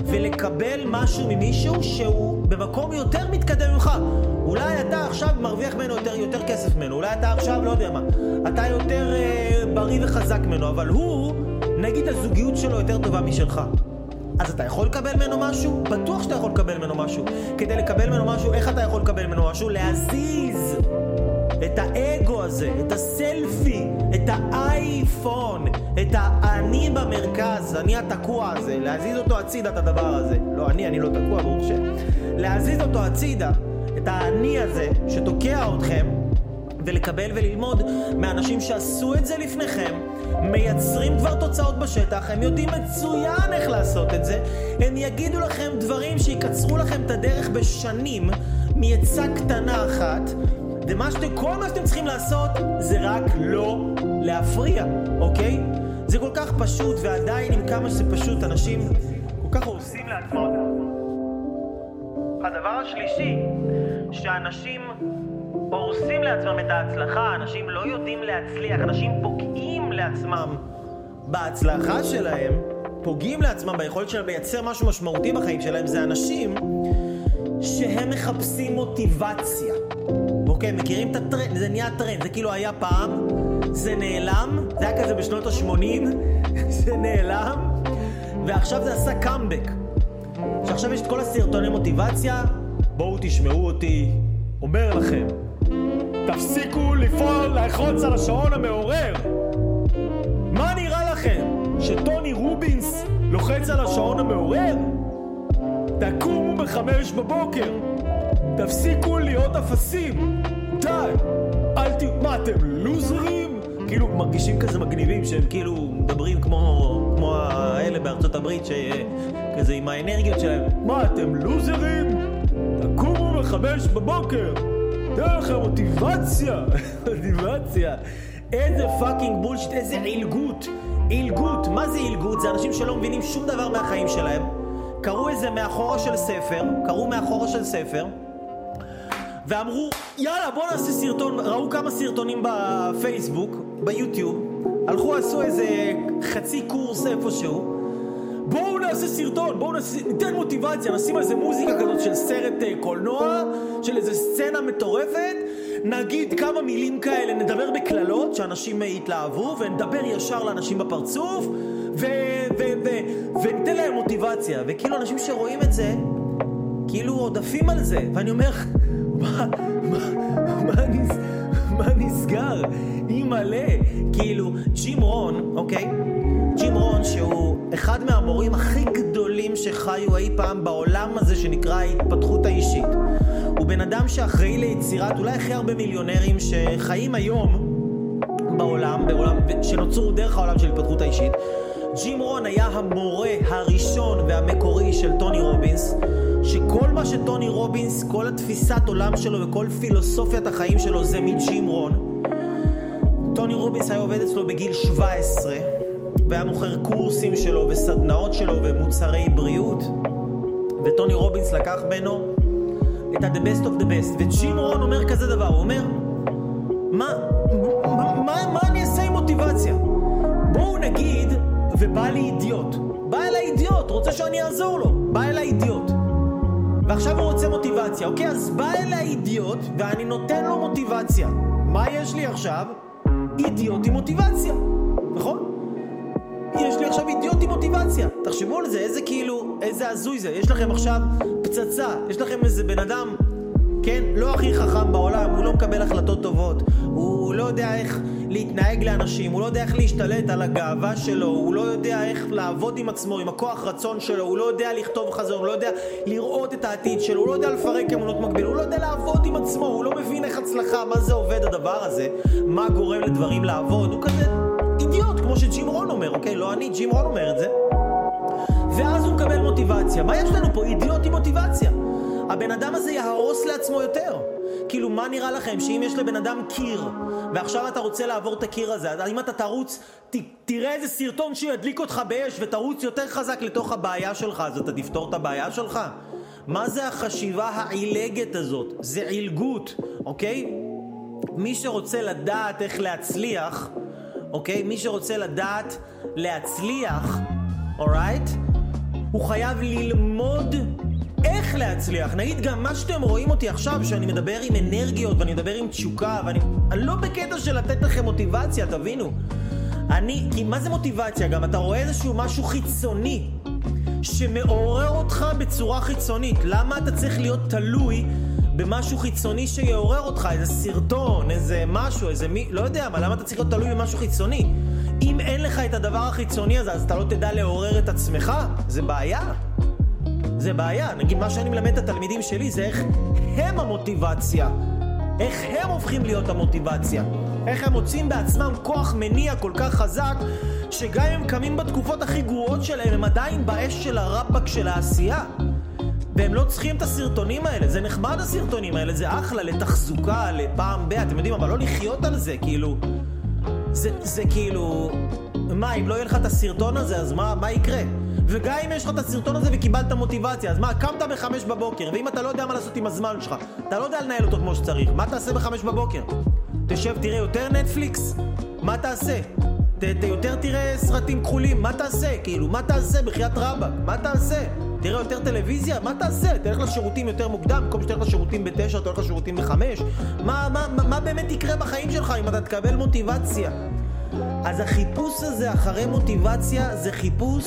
A: ולקבל משהו ממישהו שהוא במקום יותר מתקדם ממך. אולי אתה עכשיו מרוויח ממנו יותר, יותר כסף ממנו, אולי אתה עכשיו לא יודע מה, אתה יותר אה, בריא וחזק ממנו, אבל הוא, נגיד הזוגיות שלו יותר טובה משלך. אז אתה יכול לקבל ממנו משהו? בטוח שאתה יכול לקבל ממנו משהו. כדי לקבל ממנו משהו, איך אתה יכול לקבל ממנו משהו? להזיז את האגו הזה, את הסלפי, את האייפון, את האני במרכז, אני התקוע הזה, להזיז אותו הצידה את הדבר הזה. לא, אני, אני לא תקוע, ברוך שם. להזיז אותו הצידה, את האני הזה שתוקע אתכם, ולקבל וללמוד מאנשים שעשו את זה לפניכם, מייצרים כבר תוצאות בשטח, הם יודעים מצוין איך לעשות את זה, הם יגידו לכם דברים שיקצרו לכם את הדרך בשנים, מעצה קטנה אחת, ומה שאתם, כל מה שאתם צריכים לעשות זה רק לא להפריע, אוקיי? זה כל כך פשוט, ועדיין עם כמה שזה פשוט, אנשים כל כך הורסים לעצמם. הדבר השלישי, שאנשים הורסים לעצמם את ההצלחה, אנשים לא יודעים להצליח, אנשים פוגעים לעצמם בהצלחה שלהם, פוגעים לעצמם ביכולת שלהם לייצר משהו משמעותי בחיים שלהם. זה אנשים שהם מחפשים מוטיבציה. אוקיי, מכירים את הטרנד, זה נהיה טרנד, זה כאילו היה פעם, זה נעלם, זה היה כזה בשנות ה-שמונים, זה נעלם, ועכשיו זה עשה קאמבק. שעכשיו יש את כל הסרטוני מוטיבציה, בואו תשמעו אותי, אומר לכם, תפסיקו לפעול, לחרוץ על השעון המעורר. מה נראה לכם? שטוני רובינס לוחץ על השעון המעורר?
B: תקומו בחמש בבוקר, תפסיקו להיות אפסים, די, אל ת... מה אתם לוזרים? כאילו מרגישים כזה מגניבים שהם כאילו מדברים כמו, כמו האלה בארצות הברית שכזה עם האנרגיות שלהם. מה אתם לוזרים? תקומו בחמש בבוקר, תהיה לכם מוטיבציה. מוטיבציה, איזה פאקינג בולשיט, איזה עילגות. עילגות, מה זה עילגות? זה אנשים שלא מבינים שום דבר מהחיים שלהם. קראו איזה מאחורה של ספר, קראו מאחורה של ספר ואמרו יאללה בוא נעשה סרטון. ראו כמה סרטונים בפייסבוק, ביוטיוב, הלכו עשו איזה חצי קורס איפשהו. בואו נעשה סרטון, בואו נעשה, ניתן מוטיבציה, נשים איזה מוזיקה כזאת של סרט קולנוע, של איזה סצנה מטורפת, נגיד כמה מילים כאלה, נדבר בכללות שאנשים יתלהבו ונדבר ישר לאנשים בפרצוף ו- ו- ו- וניתן להם מוטיבציה. וכאילו אנשים שרואים את זה כאילו עודפים על זה, ואני אומר מה, מה, מה, נס, מה נסגר? היא מלא. כאילו ג'ים רון, אוקיי? ג'ים רון שהוא אחד מהמורים הכי גדולים שחיו אי פעם בעולם הזה שנקרא ההתפתחות האישית. הוא בן אדם שאחראי ליצירת אולי הכי הרבה מיליונרים שחיים היום בעולם, בעולם שנוצרו דרך העולם של התפתחות האישית. ג'ים רון היה המורה הראשון והמקורי של טוני רובינס, שכל מה שטוני רובינס, כל התפיסת עולם שלו וכל פילוסופיית החיים שלו זה מג'ים רון. טוני רובינס היה עובד אצלו בגיל שבע עשרה והיה מוכר קורסים שלו וסדנאות שלו ומוצרי בריאות, וטוני רובינס לקח ממנו את ה-the best of the best. וג'ים רון אומר כזה דבר, הוא אומר מה, מה, מה, מה אני אעשה עם מוטיבציה? בואו נגיד ובא לי אידיוט, בא אליי אידיוט, רוצה שאני אעזור לו, בא אליי אידיוט ועכשיו הוא רוצה מוטיבציה, אוקיי? אז בא אליי אידיוט ואני נותן לו מוטיבציה. מה יש לי עכשיו? אידיוט עם מוטיבציה, נכון? יש לי עכשיו אידיוט עם מוטיבציה. תחשבו על זה, איזה כאילו, איזה הזוי זה. יש לכם עכשיו פצצה, יש לכם איזה בן אדם, כן? לא הכי חכם בעולם, הוא לא מקבל החלטות טובות, הוא לא יודע איך להתנהג לאנשים, הוא לא יודע איך להשתלט על הגאווה שלו, הוא לא יודע איך לעבוד עם עצמו, עם הכוח רצון שלו, הוא לא יודע לכתוב חזון, הוא לא יודע לראות את העתיד שלו, הוא לא יודע לפרק אמונות מקביל, הוא לא יודע לעבוד עם עצמו, הוא לא מבין איך הצלחה, מה זה עובד הדבר הזה, מה גורם לדברים לעבוד, הוא כזה אידיוט, כמו שג'ים רון אומר, אוקיי? לא אני, ג'ים רון אומר את זה. ואז הוא מקבל מוטיבציה. מה יש לנו פה? אידיוט עם מוטיבציה. הבן אדם הזה יהרוס לעצמו יותר. כאילו, מה נראה לכם שאם יש לבן אדם קיר, ועכשיו אתה רוצה לעבור את הקיר הזה, אז אם אתה תרוץ, ת, תראה איזה סרטון שידליק אותך באש, ותרוץ יותר חזק לתוך הבעיה שלך, אז אתה תפתור את הבעיה שלך? מה זה החשיבה העילגת הזאת? זה עילגות, אוקיי? מי שרוצה לדעת איך להצליח, אוקיי? מי שרוצה לדעת להצליח, אורייט? הוא חייב ללמוד איך להצליח. נגיד גם מה שאתם רואים אותי עכשיו, שאני מדבר עם אנרגיות ואני מדבר עם תשוקה, ואני אני לא בקטע של לתת לכם מוטיבציה, תבינו. אני, כי מה זה מוטיבציה? גם אתה רואה איזשהו משהו חיצוני שמעורר אותך בצורה חיצונית. למה אתה צריך להיות תלוי במשהו חיצוני שיעורר אותך? איזה סרטון, איזה משהו, איזה מי, לא יודע מה, למה אתה צריך להיות תלוי במשהו חיצוני? אם אין לך את הדבר החיצוני הזה, אז אתה לא תדע לעורר את עצמך. זה בעיה. זה בעיה. נגיד, מה שאני מלמד את התלמידים שלי זה איך הם המוטיבציה. איך הם הופכים להיות המוטיבציה. איך הם מוצאים בעצמם כוח מניע כל כך חזק, שגם הם קמים בתקופות הכי גרועות שלהם, הם עדיין באש של הרבק של העשייה. והם לא צריכים את הסרטונים האלה. זה נחמד הסרטונים האלה, זה אחלה לתחזוקה, לפעם בה, אתם יודעים, אבל לא לחיות על זה, כאילו. זה, זה כאילו, מה, אם לא יהיה לך את הסרטון הזה, אז מה, מה יקרה? וגם אם יש לך את הסרטון הזה וקיבלת מוטיבציה, אז מה, קמת בחמש בבוקר, ואם אתה לא יודע מה לעשות עם הזמן שלך, אתה לא יודע לנהל אותו כמו שצריך, מה תעשה בחמש בבוקר? תשב, תראה יותר נטפליקס? מה תעשה? ת, ת, יותר תראה סרטים כחולים? מה תעשה? כאילו, מה תעשה בחיית רבק? מה תעשה? תראה יותר טלוויזיה? מה תעשה? תלך לשירותים יותר מוקדם, במקום שתלך לשירותים בתשע, תלך לשירותים בחמש. מה, מה, מה, מה באמת יקרה בחיים שלך אם אתה תקבל מוטיבציה? אז החיפוש הזה אחרי מוטיבציה זה חיפוש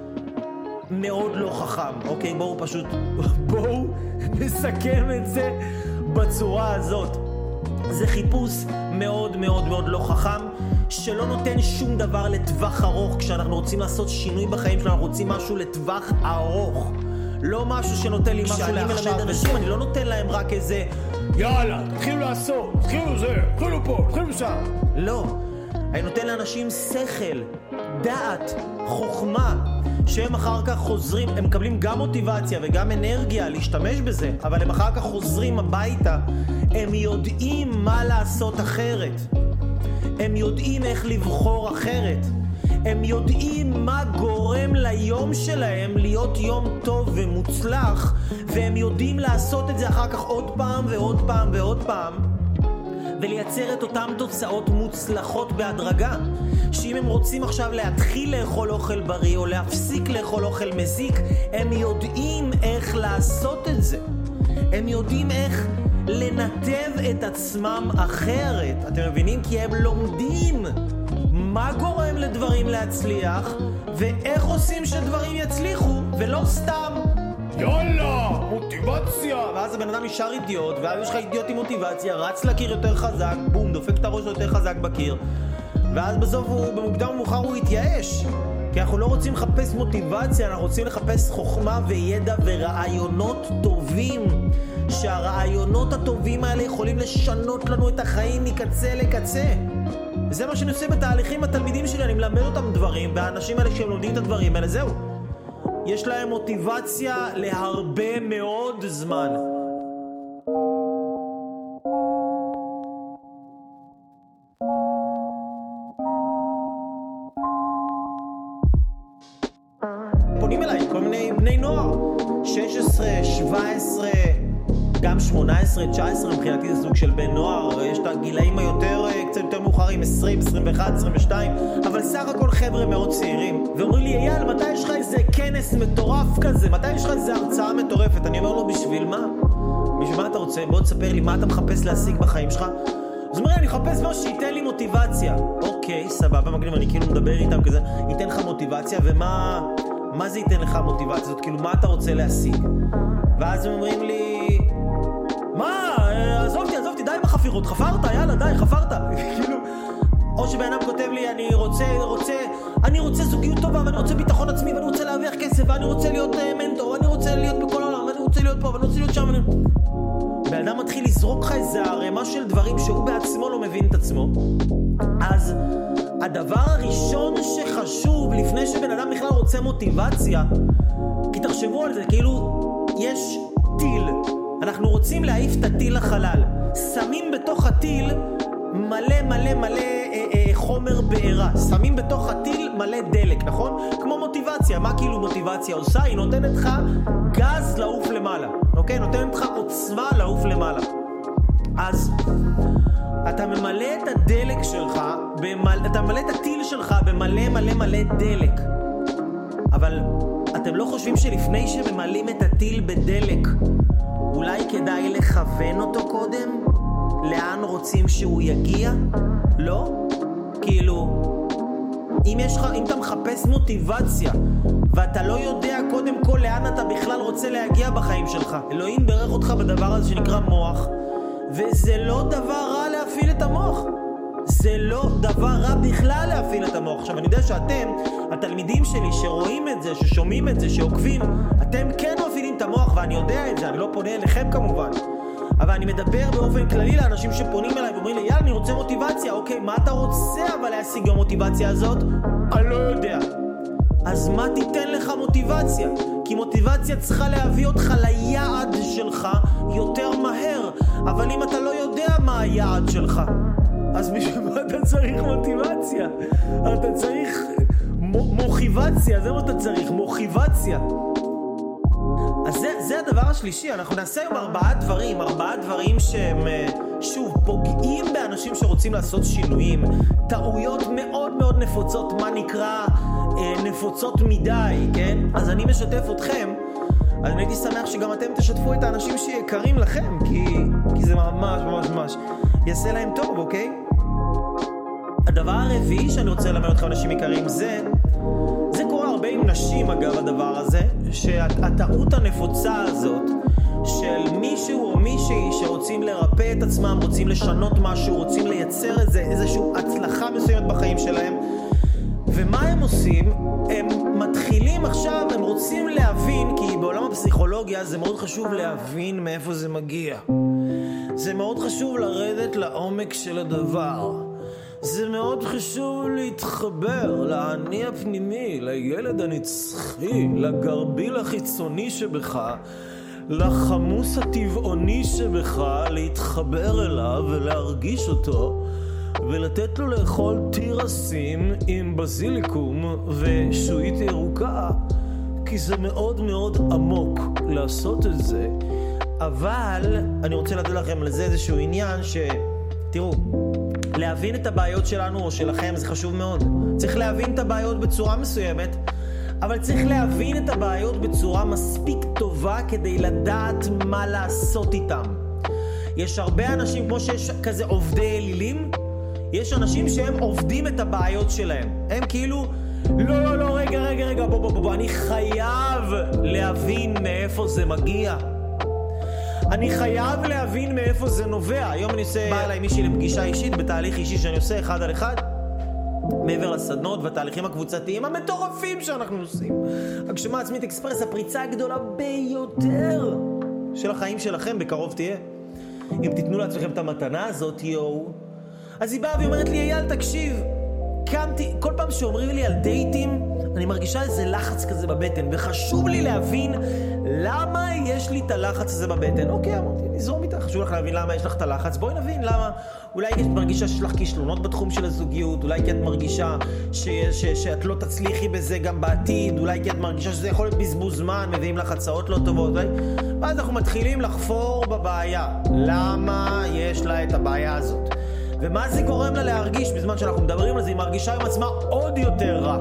B: מאוד לא חכם. אוקיי, בואו פשוט, בואו נסכם את זה בצורה הזאת. זה חיפוש מאוד מאוד מאוד לא חכם, שלא נותן שום דבר לטווח ארוך. כשאנחנו רוצים לעשות שינוי בחיים שלנו, אנחנו רוצים משהו לטווח ארוך, לא משהו שנותן לי משהו לעכשיו. כשאני מלמד אנשים, אני לא נותן להם רק איזה יאללה, תתחילו לעשות, תתחילו זה, תתחילו פה, תתחילו שם. לא, אני נותן לאנשים שכל, דעת, חוכמה, שהם אחר כך חוזרים, הם מקבלים גם מוטיבציה וגם אנרגיה להשתמש בזה, אבל הם אחר כך חוזרים הביתה, הם יודעים מה לעשות אחרת, הם יודעים איך לבחור אחרת, הם יודעים מה גורם ליום שלהם להיות יום טוב ומוצלח, והם יודעים לעשות את זה אחר כך עוד פעם ועוד פעם ועוד פעם, ולייצר את אותם תוצאות מוצלחות בהדרגה. שאם הם רוצים עכשיו להתחיל לאכול אוכל בריא או להפסיק לאכול אוכל מזיק, הם יודעים איך לעשות את זה. הם יודעים איך לנתב את עצמם אחרת. אתם מבינים? כי הם לומדים מה גורם לדברים להצליח ואיך עושים שדברים יצליחו, ולא סתם יאללה, מוטיבציה. ואז הבן אדם נשאר אידיוט, ואז יש לך אידיוט עם מוטיבציה, רץ לקיר יותר חזק, בום, דופק את הראש יותר חזק בקיר, ואז בסוף הוא, במוקדם ומאוחר הוא יתייאש. כי אנחנו לא רוצים לחפש מוטיבציה, אנחנו רוצים לחפש חוכמה וידע ורעיונות טובים, שהרעיונות הטובים האלה יכולים לשנות לנו את החיים מקצה לקצה. וזה מה שאני עושה בתהליכים התלמידים שלי, אני מלמד אותם דברים, והאנשים האלה שהם לומדים את הדברים האלה, זהו, יש להם מוטיבציה להרבה מאוד זמן. פונים אליי כל מיני בני נוער, שש עשרה, שבע עשרה, גם שמונה עשרה, תשע עשרה, מבחינתי זה סוג של בן נוער, יש את הגילאים היותר, קצת יותר מאוחרים, עשרים, עשרים ואחת, עשרים ושתיים, אבל סך הכל חבר'ה מאוד צעירים, ואומרים לי, אייל, מתי יש לך איזה כנס מטורף כזה? מתי יש לך איזה הרצאה מטורפת? אני אומר לו, בשביל מה? בשביל מה אתה רוצה? בוא תספר לי, מה אתה מחפש להשיג בחיים שלך? אז אומר לי, אני מחפש משהו שייתן לי מוטיבציה. אוקיי, סבבה, מגניב, אני כאילו מדבר איתם כזה, ייתן לך מוטיבציה, ומה מה זה ייתן לך מוטיבציה? זאת כאילו, מה אתה רוצה להשיג? ואז הם אומרים לי, מה? עזובתי, עזובתי, די עם החפירות, חפרת, יאללה, די, חפרת. כאילו, או שבעינם כותב לי, אני רוצה, רוצה, אני רוצה זוגיות טובה, ואני רוצה ביטחון עצמי, ואני רוצה להרוויח כסף, ואני רוצה להיות מנטור, ואני רוצה להיות בכל העולם, ואני רוצה להיות פה, ואני רוצה להיות שם. ואני... באדם מתחיל לזרוק לך איזה הרמה של דברים שהוא בעצמו לא מבין את עצמו. אז הדבר הראשון שחשוב לפני שבן אדם בכלל רוצה מוטיבציה, כי תחשבו על זה, כאילו יש טיל, אנחנו רוצים להעיף את הטיל לחלל, שמים בתוך הטיל מלא מלא מלא אה, אה, חומר בעירה, שמים בתוך הטיל מלא דלק, נכון? כמו מוטיבציה, מה כאילו מוטיבציה עושה? היא נותנת לך גז לעוף למעלה, אוקיי? נותנת לך עוצמה לעוף למעלה. אז אתה ממלא את הדלק שלך, במל... אתה ממלא את הטיל שלך במלא מלא מלא דלק, אבל אתם לא חושבים שלפני שממלאים את הטיל בדלק, אולי כדאי לכוון אותו קודם? לאן רוצים שהוא יגיע? לא? כאילו, אם יש לך, אם אתה מחפש מוטיבציה ואתה לא יודע קודם כל לאן אתה בכלל רוצה להגיע בחיים שלך, אלוהים ברך אותך בדבר הזה שנקרא מוח, וזה לא דבר רע להפעיל את המוח, זה לא דבר רע בכלל להפעיל את המוח. עכשיו אני יודע שאתם, התלמידים שלי שרואים את זה, ששומעים את זה, שעוקבים, אתם כן מפעילים את המוח, ואני יודע את זה, אני לא פונה אליכם כמובן, אבל אני מדבר באופן כללי לאנשים שפונים אליי ואומרים לי, יאללה, אני רוצה מוטיבציה. אוקיי, מה אתה רוצה אבל להשיג במוטיבציה הזאת? אני לא יודע. אז מה תיתן לך מוטיבציה? כי מוטיבציה צריכה להביא אותך ליעד שלך יותר מהר, אבל אם אתה לא יודע מה היעד שלך, אז בשביל מה אתה צריך מוטיבציה? אתה צריך מוחיבציה, זה מה אתה צריך, מוחיבציה. אז זה, זה הדבר השלישי. אנחנו נעשה היום ארבעה דברים, ארבעה דברים שהם, שוב, פוגעים באנשים שרוצים לעשות שינויים. טעויות מאוד מאוד נפוצות, מה נקרא נפוצות מדי, כן? אז אני משתף אתכם, אז אני הייתי שמח שגם אתם תשתפו את האנשים שיקרים לכם, כי, כי זה ממש ממש ממש יעשה להם טוב, אוקיי? הדבר הרביעי שאני רוצה ללמד אתכם אנשים יקרים, זה זה קורה הרבה עם נשים אגב הדבר הזה, שהטעות הנפוצה הזאת של מישהו או מישהי שרוצים לרפא את עצמם, רוצים לשנות משהו, רוצים לייצר איזה, איזשהו הצלחה מסוימת בחיים שלהם,
A: ומה הם עושים? הם מתחילים עכשיו, הם רוצים להבין, כי בעולם הפסיכולוגיה זה מאוד חשוב להבין מאיפה זה מגיע. זה מאוד חשוב לרדת לעומק של הדבר. זה מאוד חשוב להתחבר לאני הפנימי, לילד הנצחי, לגרביל החיצוני שבך, לחמוס הטבעוני שבך, להתחבר אליו ולהרגיש אותו, ולתת לו לאכול תירסים עם בזיליקום ושועית ירוקה, כי זה מאוד מאוד עמוק לעשות את זה. אבל אני רוצה לתת לכם לזה איזשהו עניין ש... תראו, להבין את הבעיות שלנו או שלכם זה חשוב מאוד. צריך להבין את הבעיות בצורה מסוימת, אבל צריך להבין את הבעיות בצורה מספיק טובה כדי לדעת מה לעשות איתם. יש הרבה אנשים, כמו שיש כזה עובדי אלילים, יש אנשים שהם עובדים את הבעיות שלהם. הם כאילו, לא, לא, לא, רגע, רגע, רגע, בוא, בוא, בוא, אני חייב להבין מאיפה זה מגיע. אני חייב להבין מאיפה זה נובע. היום אני עושה, בא אליי מישהי לפגישה אישית, בתהליך אישי שאני עושה אחד על אחד, מעבר לסדנות והתהליכים הקבוצתיים המטורפים שאנחנו עושים. הגשמה עצמית אקספרס, הפריצה הגדולה ביותר של החיים שלכם בקרוב תהיה. אם תיתנו לעצמכם את המתנה הזאת, יואו. אז היא באה ואומרת לי, אייל, תקשיב, קמתי, כל פעם שאומרים לי על דייטים, אני מרגישה איזה לחץ כזה בבטן, וחשוב לי להבין למה יש לי את הלחץ הזה בבטן. אוקיי, אמרתי, נזרום איתך, חשוב לך להבין למה יש לך את הלחץ, בואי נבין למה. אולי כי את מרגישה שיש לך כישלונות בתחום של הזוגיות, אולי כי את מרגישה ש- ש- שאת לא תצליחי בזה גם בעתיד, אולי כי את מרגישה שזה יכול להיות בזבוז זמן, מביאים לך הצעות לא טובות, אולי... ואז אנחנו מתחילים לחפור בבעיה. למה יש לה את הבעיה הזאת? ומה זה גורם לה להרגיש בזמן שאנחנו מדברים על זה? היא מרגישה עם עצמה עוד יותר רע.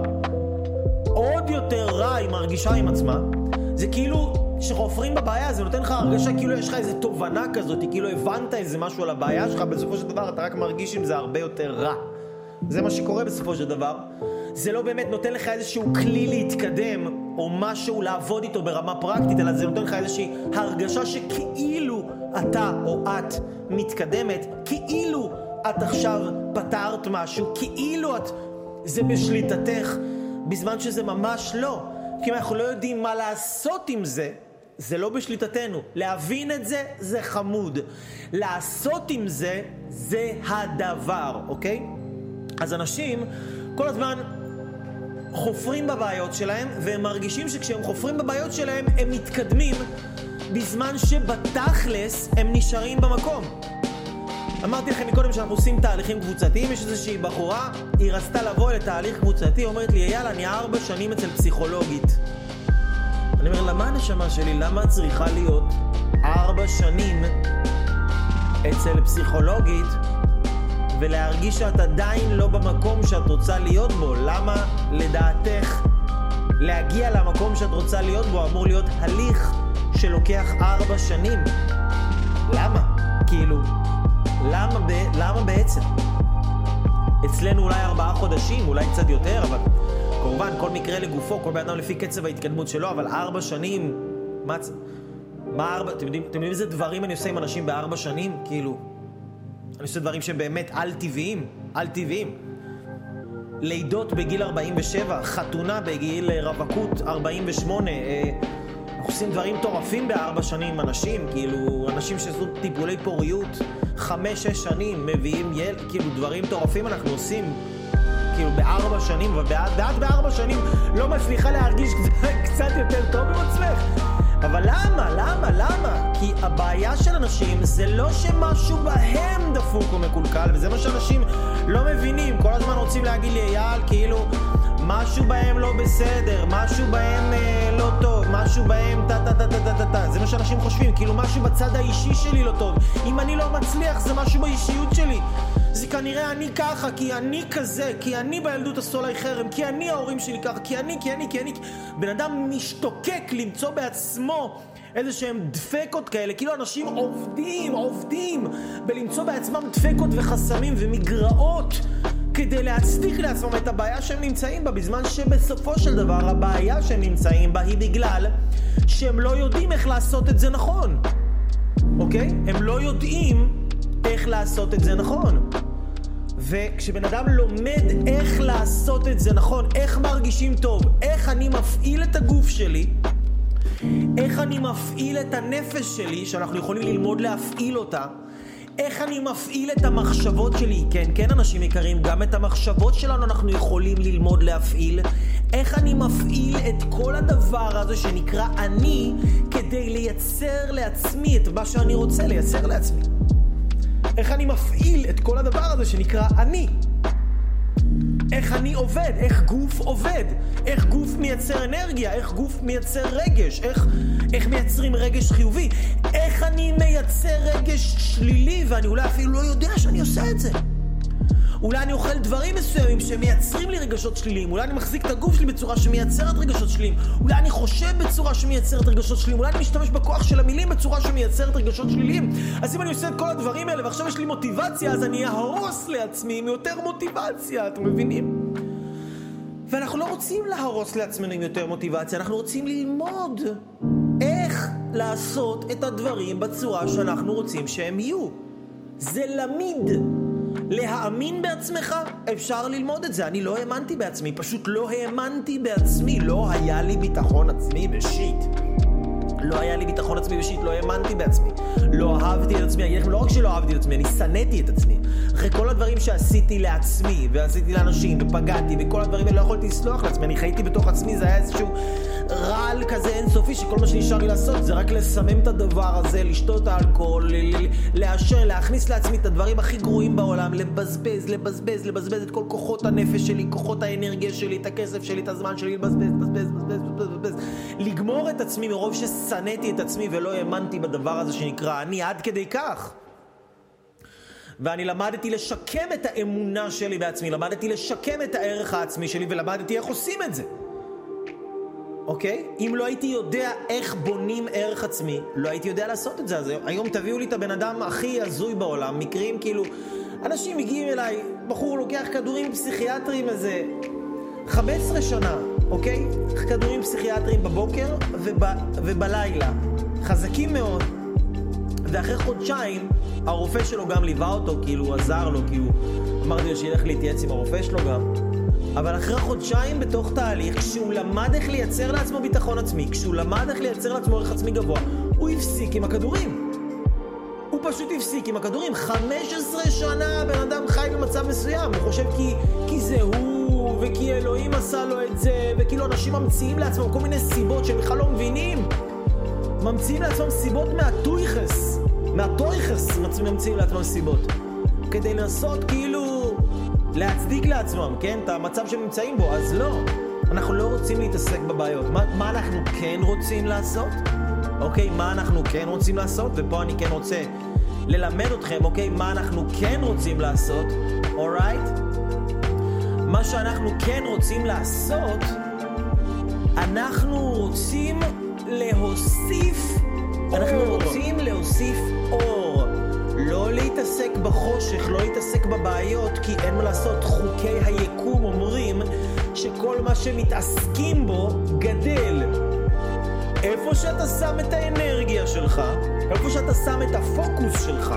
A: עוד יותר רע היא מרגישה עם עצמה. זה כאילו שחופרים בבעיה, זה נותן לך הרגשה כאילו יש לך איזו תובנה כזאת, כאילו הבנת איזה משהו על הבעיה שלך, בסופו של דבר אתה רק מרגיש עם זה הרבה יותר רע. זה מה שקורה בסופו של דבר. זה לא באמת נותן לך איזשהו כלי להתקדם, או משהו לעבוד איתו ברמה פרקטית, אלא זה נותן לך איזושהי הרגשה שכאילו אתה או את מתקדמת, כאילו את עכשיו פתרת משהו, כאילו את, זה בשליטתך, בזמן שזה ממש לא. כי אם אנחנו לא יודעים מה לעשות עם זה, זה לא בשליטתנו. להבין את זה, זה חמוד. לעשות עם זה, זה הדבר, אוקיי? אז אנשים כל הזמן חופרים בבעיות שלהם, והם מרגישים שכשהם חופרים בבעיות שלהם, הם מתקדמים, בזמן שבתכלס הם נשארים במקום. אמרתי לכם מקודם שאנחנו עושים תהליכים קבוצתיים, יש איזושהי בחורה, היא רצתה לבוא לתהליך קבוצתי, אומרת לי, אייל, אני ארבע שנים אצל פסיכולוגית. אני אומר, למה הנשמה שלי, למה צריכה להיות ארבע שנים אצל פסיכולוגית, ולהרגיש שאת עדיין לא במקום שאת רוצה להיות בו? למה לדעתך להגיע למקום שאת רוצה להיות בו אמור להיות הליך שלוקח ארבע שנים? למה? כאילו... למה, ב... למה בעצם? אצלנו אולי ארבעה חודשים, אולי קצת יותר, אבל כמובן כל מקרה לגופו, כל בעדם לפי קצב ההתקדמות שלו, אבל ארבע שנים, מה, מה ארבע, אתם יודעים, אתם יודעים איזה דברים אני עושה עם אנשים בארבע שנים? כאילו, אני עושה דברים שהם באמת על טבעיים, על טבעיים. לידות בגיל ארבעים ושבע, חתונה בגיל רווקות ארבעים ושמונה, אה, אנחנו עושים דברים טורפים בארבע שנים עם אנשים, כאילו, אנשים שעשו טיפולי פוריות, חמש, שש שנים, מביאים יל, כאילו, דברים טורפים אנחנו עושים, כאילו, בארבע שנים, ואת בארבע שנים לא מצליחה להרגיש קצת יותר טוב עם עצמך. אבל למה? למה? למה? כי הבעיה של אנשים זה לא שמשהו בהם דפוק או מקולקל, וזה מה שאנשים לא מבינים. כל הזמן רוצים להגיד לי, אייל, כאילו, משהו בהם לא בסדר, משהו בהם אה, לא טוב, משהו בהם טה טה טה טה טה טה. זה מה שאנשים חושבים, כאילו משהו בצד האישי שלי לא טוב. אם אני לא מצליח, זה משהו באישיות שלי. זה כנראה אני ככה, כי אני כזה, כי אני בילדות עשו עליי חרם, כי אני ההורים שלי ככה, כי אני, כי אני, כי אני. בן אדם משתוקק למצוא בעצמו איזה שהם דפקות כאלה, כאילו אנשים עובדים, עובדים בלמצוא בעצמם דפקות וחסמים ומגרעות כדי להצדיק לעצמם את הבעיה שהם נמצאים בה, בזמן שבסופו של דבר הבעיה שהם נמצאים בה היא בגלל שהם לא יודעים איך לעשות את זה נכון. אוקיי? הם לא יודעים איך לעשות את זה נכון.
B: וכשבן אדם לומד איך לעשות את זה נכון, איך מרגישים טוב, איך אני מפעיל את הגוף שלי, איך אני מפעיל את הנפש שלי, שאנחנו יכולים ללמוד להפעיל אותה, איך אני מפעיל את המחשבות שלי, כן, כן אנשים יקרים, גם את המחשבות שלנו אנחנו יכולים ללמוד להפעיל, איך אני מפעיל את כל הדבר הזה שנקרא אני, כדי לייצר לעצמי את מה שאני רוצה לייצר לעצמי. איך אני מפעיל את כל הדבר הזה שנקרא אני. איך אני עובד, איך גוף עובד, איך גוף מייצר אנרגיה, איך גוף מייצר רגש, איך, איך מייצרים רגש חיובי, איך אני מייצר רגש שלילי, ואני אולי אפילו לא יודע שאני עושה את זה. אולי אני אוכל דברים מסוימים שמייצרים לי רגשות שליליים, אולי אני מחזיק את הגוף שלי בצורה שמייצרת רגשות שליליים, אולי אני חושב בצורה שמייצרת רגשות שליליים, אולי אני משתמש בכוח של המילים בצורה שמייצרת רגשות שליליים. אז אם אני עושה את כל הדברים האלה ועכשיו יש לי מוטיבציה, אז אני אהרוס לעצמי עם יותר מוטיבציה, אתם מבינים? ואנחנו לא רוצים להרוס לעצמנו עם יותר מוטיבציה, אנחנו רוצים ללמוד איך לעשות את הדברים בצורה שאנחנו רוצים שהם יהיו. זה למיד. להאמין בעצמך, אפשר ללמוד את זה. אני לא האמנתי בעצמי, פשוט לא האמנתי בעצמי, לא היה לי ביטחון עצמי בשיט. לא היה לי ביטחון עצמי בשיט, לא האמנתי בעצמי. לא אהבתי את עצמי, לא רק שלא אהבתי את עצמי, אני שנאתי את עצמי. אחרי כל הדברים שעשיתי לעצמי, ועשיתי לאנשים, ופגעתי, וכל הדברים האלה לא יכולתי לסלוח לעצמי, אני חייתי בתוך עצמי, זה היה איזשהו רעל כזה אינסופי, שכל מה שנשאר לי לעשות זה רק לסמם את הדבר הזה, לשתות האלכוהול, לאשר, להכניס לעצמי את הדברים הכי גרועים בעולם, לבזבז, לבזבז, לבזבז את כל כוחות הנפש שלי, כוחות האנרגיה שלי, את הכסף שלי, את הזמן שלי, לבזבז, לבזבז, לבזבז, לבזבז, לגמור את עצמי מרוב ששנאתי את עצמי ולא האמנתי בדבר הזה שנקרא אני, עד כדי כך. ואני למדתי לשקם את האמונה שלי בעצמי, למדתי לשקם את הערך העצמי שלי, ולמדתי איך עושים את זה. אוקיי? אם לא הייתי יודע איך בונים ערך עצמי, לא הייתי יודע לעשות את זה. אז היום תביאו לי את הבן אדם הכי הזוי בעולם, מקרים כאילו, אנשים מגיעים אליי, בחור לוקח כדורים פסיכיאטריים איזה חמש עשרה שנה, אוקיי? כדורים פסיכיאטריים בבוקר וב, ובלילה, חזקים מאוד, ואחרי חודשיים הרופא שלו גם ליווה אותו, כאילו הוא עזר לו, כי הוא אמרתי לו שילך להתייעץ עם הרופא שלו גם. אבל אחרי חודשיים בתוך תהליך, כשהוא למד איך לייצר לעצמו ביטחון עצמי, כשהוא למד איך לייצר לעצמו ערך עצמי גבוה, הוא הפסיק עם הכדורים. הוא פשוט הפסיק עם הכדורים. חמש עשרה שנה בן אדם חי במצב מסוים, הוא חושב כי, כי זה הוא, וכי אלוהים עשה לו את זה, וכאילו אנשים ממציאים לעצמם כל מיני סיבות שהם בכלל לא מבינים. ממציאים לעצמם סיבות מהטויחס, מהטויחס ממציאים לעצמם סיבות. כדי לנסות כאילו להצדיק לעצמם, כן? את המצב שהם נמצאים בו. אז לא, אנחנו לא רוצים להתעסק בבעיות. מה, מה אנחנו כן רוצים לעשות? אוקיי, מה אנחנו כן רוצים לעשות? ופה אני כן רוצה ללמד אתכם, אוקיי, מה אנחנו כן רוצים לעשות. alright? מה שאנחנו כן רוצים לעשות, אנחנו רוצים להוסיף, אנחנו רוצים להוסיף אור. לא להתעסק בחושך, לא להתעסק בבעיות, כי אין מה לעשות. חוקי היקום אומרים שכל מה שמתעסקים בו גדל. איפה שאתה שם את האנרגיה שלך, איפה שאתה שם את הפוקוס שלך,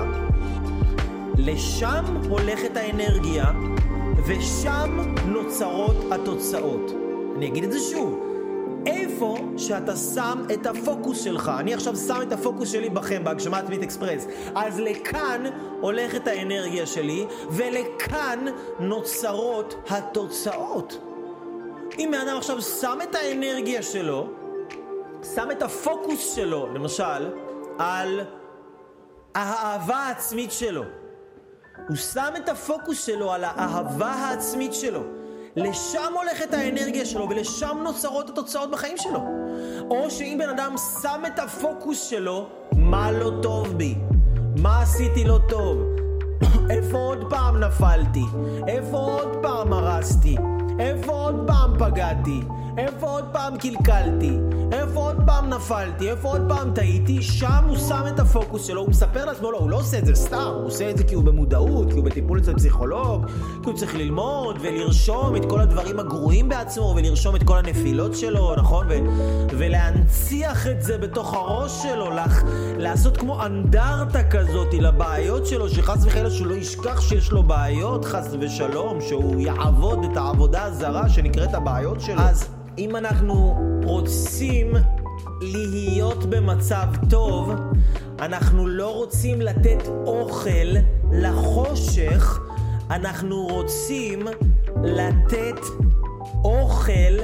B: לשם הולכת האנרגיה, ושם נוצרות התוצאות. אני אגיד את זה שוב. איפה שאתה שם את הפוקוס שלך, אני עכשיו שם את הפוקוס שלי בכם, בהגשמת מיט אקספרס, אז לכאן הולכת האנרגיה שלי, ולכאן נוצרות התוצאות. אם האדם עכשיו שם את האנרגיה שלו, שם את הפוקוס שלו, למשל, על האהבה העצמית שלו, הוא שם את הפוקוס שלו על האהבה העצמית שלו, לשם הולכת האנרגיה שלו, ולשם נוצרות התוצאות בחיים שלו. או שאם בן אדם שם את הפוקוס שלו, מה לא טוב בי? מה עשיתי לא טוב? איפה עוד פעם נפלתי? איפה עוד פעם הרסתי? איפה עוד פעם פגעתי? איפה עוד פעם קלקלתי, איפה עוד פעם נפלתי, איפה עוד פעם טעיתי, שם הוא שם את הפוקוס שלו, הוא מספר לעצמו, לא, הוא לא עושה את זה סתם, הוא עושה את זה כי הוא במודעות, כי הוא בטיפול אצל פסיכולוג, כי הוא צריך ללמוד ולרשום את כל הדברים הגרועים בעצמו, ולרשום את כל הנפילות שלו, נכון? ו- ולהנציח את זה בתוך הראש שלו, לח- לעשות כמו אנדרטה כזאת לבעיות שלו, שחס וחלילה שהוא לא ישכח שיש לו בעיות, חס ושלום, שהוא יעבוד את העבודה הזרה שנקראת הבעיות שלו. אז אם אנחנו רוצים להיות במצב טוב, אנחנו לא רוצים לתת אוכל לחושך, אנחנו רוצים לתת אוכל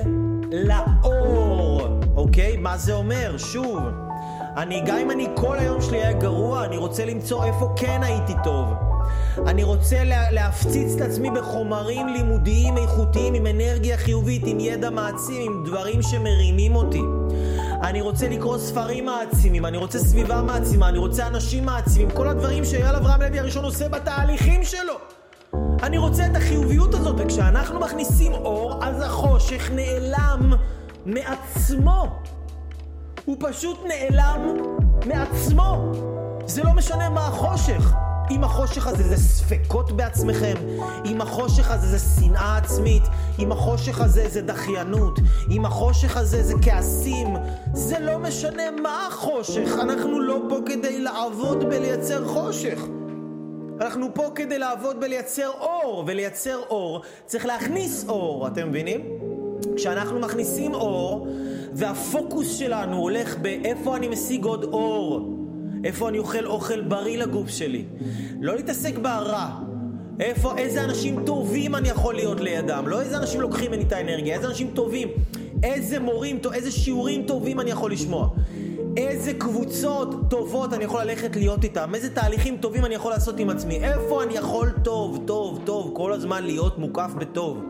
B: לאור. אוקיי? מה זה אומר? שוב, אני, גם אם אני כל היום שלי היה גרוע, אני רוצה למצוא איפה כן הייתי טוב. אני רוצה לה, להפציץ את עצמי בחומרים לימודיים איכותיים, עם אנרגיה חיובית, עם ידע מעצים, עם דברים שמרימים אותי. אני רוצה לקרוא ספרים מעצימים, אני רוצה סביבה מעצימה, אני רוצה אנשים מעצימים, כל הדברים שאייל אברהם לוי הראשון עושה בתהליכים שלו. אני רוצה את החיוביות הזאת, וכשאנחנו מכניסים אור, אז החושך נעלם מעצמו. הוא פשוט נעלם מעצמו. זה לא משנה מה החושך. אם החושך הזה זה ספקות בעצמכם, אם החושך הזה זה שנאה עצמית, אם החושך הזה זה דחיינות, אם החושך הזה זה כעסים, זה לא משנה מה החושך. אנחנו לא פה כדי לעבוד בלייצר חושך. אנחנו פה כדי לעבוד בלייצר אור, ולייצר אור צריך להכניס אור, אתם מבינים? כשאנחנו מכניסים אור, והפוקוס שלנו הולך באיפה אני משיג עוד אור, איפה אני אוכל אוכל בריא לגוף שלי, לא להתעסק ברע, איפה, איזה אנשים טובים אני יכול להיות לידם, לא איזה אנשים לוקחים ממני את האנרגיה, איזה אנשים טובים, איזה מורים, איזה שיעורים טובים אני יכול לשמוע, איזה קבוצות טובות אני יכול ללכת להיות איתם, איזה תהליכים טובים אני יכול לעשות עם עצמי, איפה אני יכול טוב, טוב, טוב, כל הזמן להיות מוקף בטוב.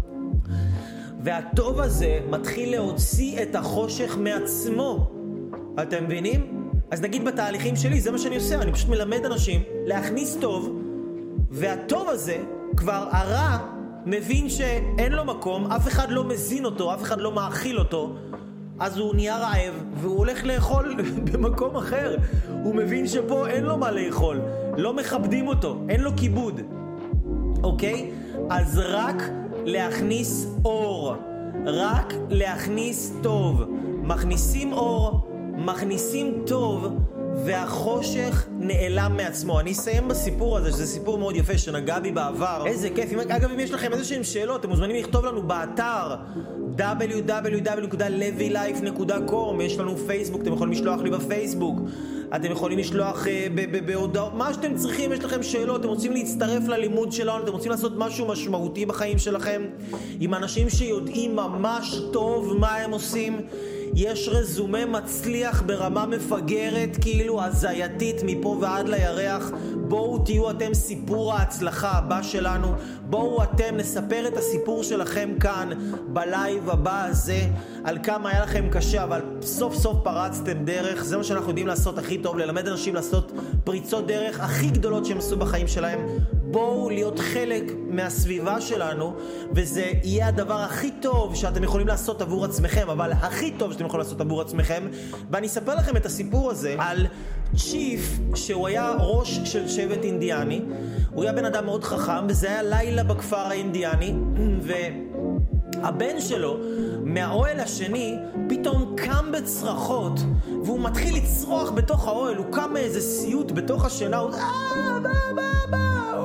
B: והטוב הזה מתחיל להוציא את החושך מעצמו. אתם מבינים? אז נגיד בתהליכים שלי, זה מה שאני עושה, אני פשוט מלמד אנשים להכניס טוב, והטוב הזה, כבר הרע מבין שאין לו מקום, אף אחד לא מזין אותו, אף אחד לא מאכיל אותו, אז הוא נהיה רעב, והוא הולך לאכול במקום אחר. הוא מבין שפה אין לו מה לאכול, לא מכבדים אותו, אין לו כיבוד. אוקיי? אז רק להכניס אור, רק להכניס טוב. מכניסים אור, מכניסים טוב, והחושך נעלם מעצמו. אני אסיים בסיפור הזה, שזה סיפור מאוד יפה שנגע בי בעבר. איזה כיף. אגב, אם יש לכם איזשהם שאלות, אתם מוזמנים לכתוב לנו באתר דאבליו דאבליו דאבליו נקודה לוי לייף נקודה קום. יש לנו פייסבוק, אתם יכולים לשלוח לי בפייסבוק, אתם יכולים לשלוח uh, בהודעות, מה שאתם צריכים. יש לכם שאלות, אתם רוצים להצטרף ללימוד שלנו, אתם רוצים לעשות משהו משמעותי בחיים שלכם עם אנשים שיודעים ממש טוב מה הם עושים, יש רזומה מצליח ברמה מפגרת, כאילו הזייתית מפה ועד לירח. בואו תהיו אתם סיפור ההצלחה הבא שלנו, בואו אתם נספר את הסיפור שלכם כאן בלייב הבא הזה, על כמה היה לכם קשה אבל סוף סוף פרצתם דרך. זה מה שאנחנו יודעים לעשות הכי טוב, ללמד אנשים לעשות פריצות דרך הכי גדולות שהם עשו בחיים שלהם. בואו להיות חלק מהסביבה שלנו, וזה יהיה הדבר הכי טוב שאתם יכולים לעשות עבור עצמכם, אבל הכי טוב שאתם יכולים לעשות עבור עצמכם. ואני אספר לכם את הסיפור הזה על צ'יף, שהוא היה ראש של שבט אינדיאני. הוא היה בן אדם מאוד חכם, וזה היה לילה בכפר האינדיאני, והבן שלו מהאוהל השני פתאום קם בצרחות, והוא מתחיל לצרוח בתוך האוהל. הוא קם מאיזה סיוט בתוך השינה, הוא אה, בא, בא, בא,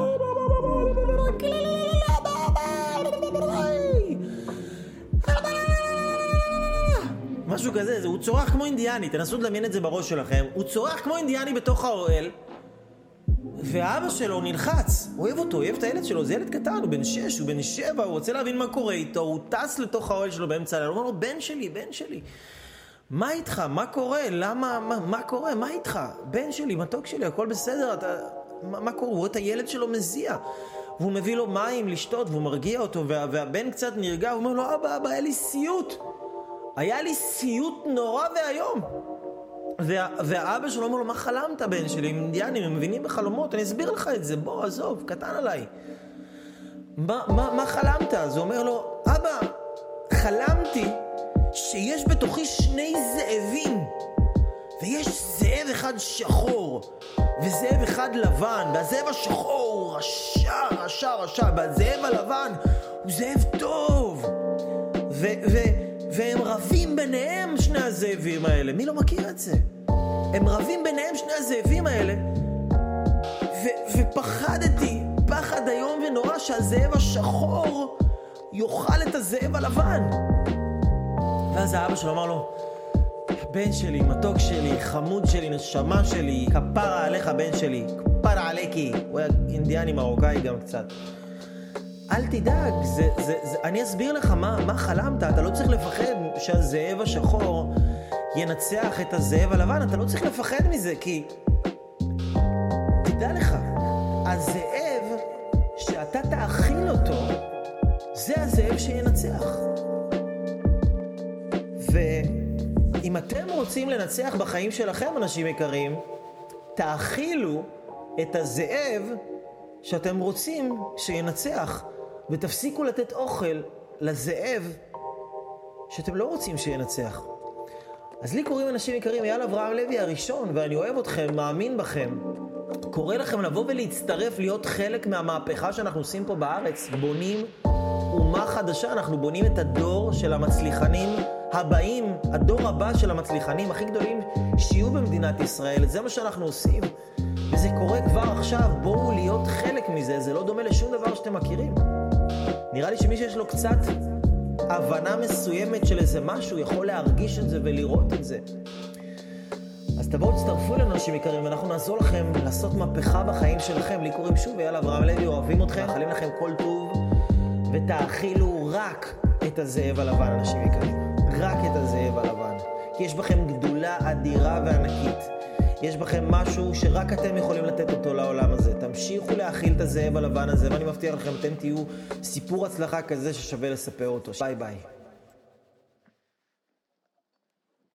B: משהו כזה. הוא צורח כמו אינדיאני, תנסו לדמיין את זה בראש שלכם. הוא צורח כמו אינדיאני בתוך האוהל, ואבא שלו נלחץ, הוא אוהב אותו, הוא אוהב את הילד שלו, זה ילד קטן, הוא בן שש, הוא בן שבע, הוא רוצה להבין מה קורה איתו. הוא טס לתוך האוהל שלו באמצע הלילה, הוא אומר לו, בן שלי, בן שלי, מה איתך? מה קורה? למה? מה, מה קורה? מה איתך? בן שלי, מתוק שלי, הכל בסדר, אתה... מה, מה קורה? הוא רואה את הילד שלו מזיע, והוא מביא לו מים לשתות, והוא מרגיע אותו, וה, והבן קצת נרגע, הוא אומר לו, אבא, אבא, היה לי סיוט. היה לי סיוט נורא והיום. וה, והאבא שלו אומר לו, מה חלמת בן שלי? עם אינדיאנים, הם מבינים בחלומות, אני אסביר לך את זה, בוא, עזוב, קטן עליי. מה, מה, מה חלמת? אז הוא אומר לו, אבא, חלמתי שיש בתוכי שני זאבים, ויש זאב אחד שחור וזאב אחד לבן, והזאב השחור רשע רשע רשע, והזאב הלבן הוא זאב טוב, ו- ו- והם רבים ביניהם שני הזאבים האלה. מי לא מכיר את זה? הם רבים ביניהם שני הזאבים האלה, ו- ופחדתי פחד איום ונורא שהזאב השחור יאכל את הזאב הלבן. ואז האבא שלו אמר לו, בן שלי, מתוק שלי, חמוד שלי, נשמה שלי, כפרה עליך בן שלי, כפרה עליקי. הוא היה אינדיאני מרוקאי גם קצת. אל תדאג, זה, זה, זה, אני אסביר לך מה, מה חלמת. אתה לא צריך לפחד שהזאב השחור ינצח את הזאב הלבן. אתה לא צריך לפחד מזה, כי תדע לך, הזאב שאתה תאכיל אותו, זה הזאב שינצח. ואם אתם רוצים לנצח בחיים שלכם, אנשים יקרים, תאכילו את הזאב שאתם רוצים שינצח, ותפסיקו לתת אוכל לזאב שאתם לא רוצים שינצח. אז לי קוראים אנשים יקרים, אייל אברהם לוי הראשון, ואני אוהב אתכם, מאמין בכם. קורא לכם לבוא ולהצטרף, להיות חלק מהמהפכה שאנחנו עושים פה בארץ. בונים אומה חדשה, אנחנו בונים את הדור של המצליחנים הבאים, הדור הבא של המצליחנים הכי גדולים שיהיו במדינת ישראל. זה מה שאנחנו עושים, וזה קורה כבר עכשיו. בואו להיות חלק מזה, זה לא דומה לשום דבר שאתם מכירים. נראה לי שמי שיש לו קצת הבנה מסוימת של איזה משהו יכול להרגיש את זה ולראות את זה. אז תבואו תצטרפו אלינו אנשים יקרים, ואנחנו נעזור לכם לעשות מהפכה בחיים שלכם. לי קוראים שוב אייל אברהם לוי, אוהבים אתכם, מאחלים לכם כל טוב, ותאכילו רק את הזאב הלבן אנשים יקרים, רק את הזאב הלבן, כי יש בכם גדולה אדירה וענקית. יש בכם משהו שרק אתם יכולים לתת אותו לעולם הזה. תמשיכו להאכיל את הזאב הלבן הזה, ואני מבטיח לכם, אתם תהיו סיפור הצלחה כזה ששווה לספר אותו. ביי ביי.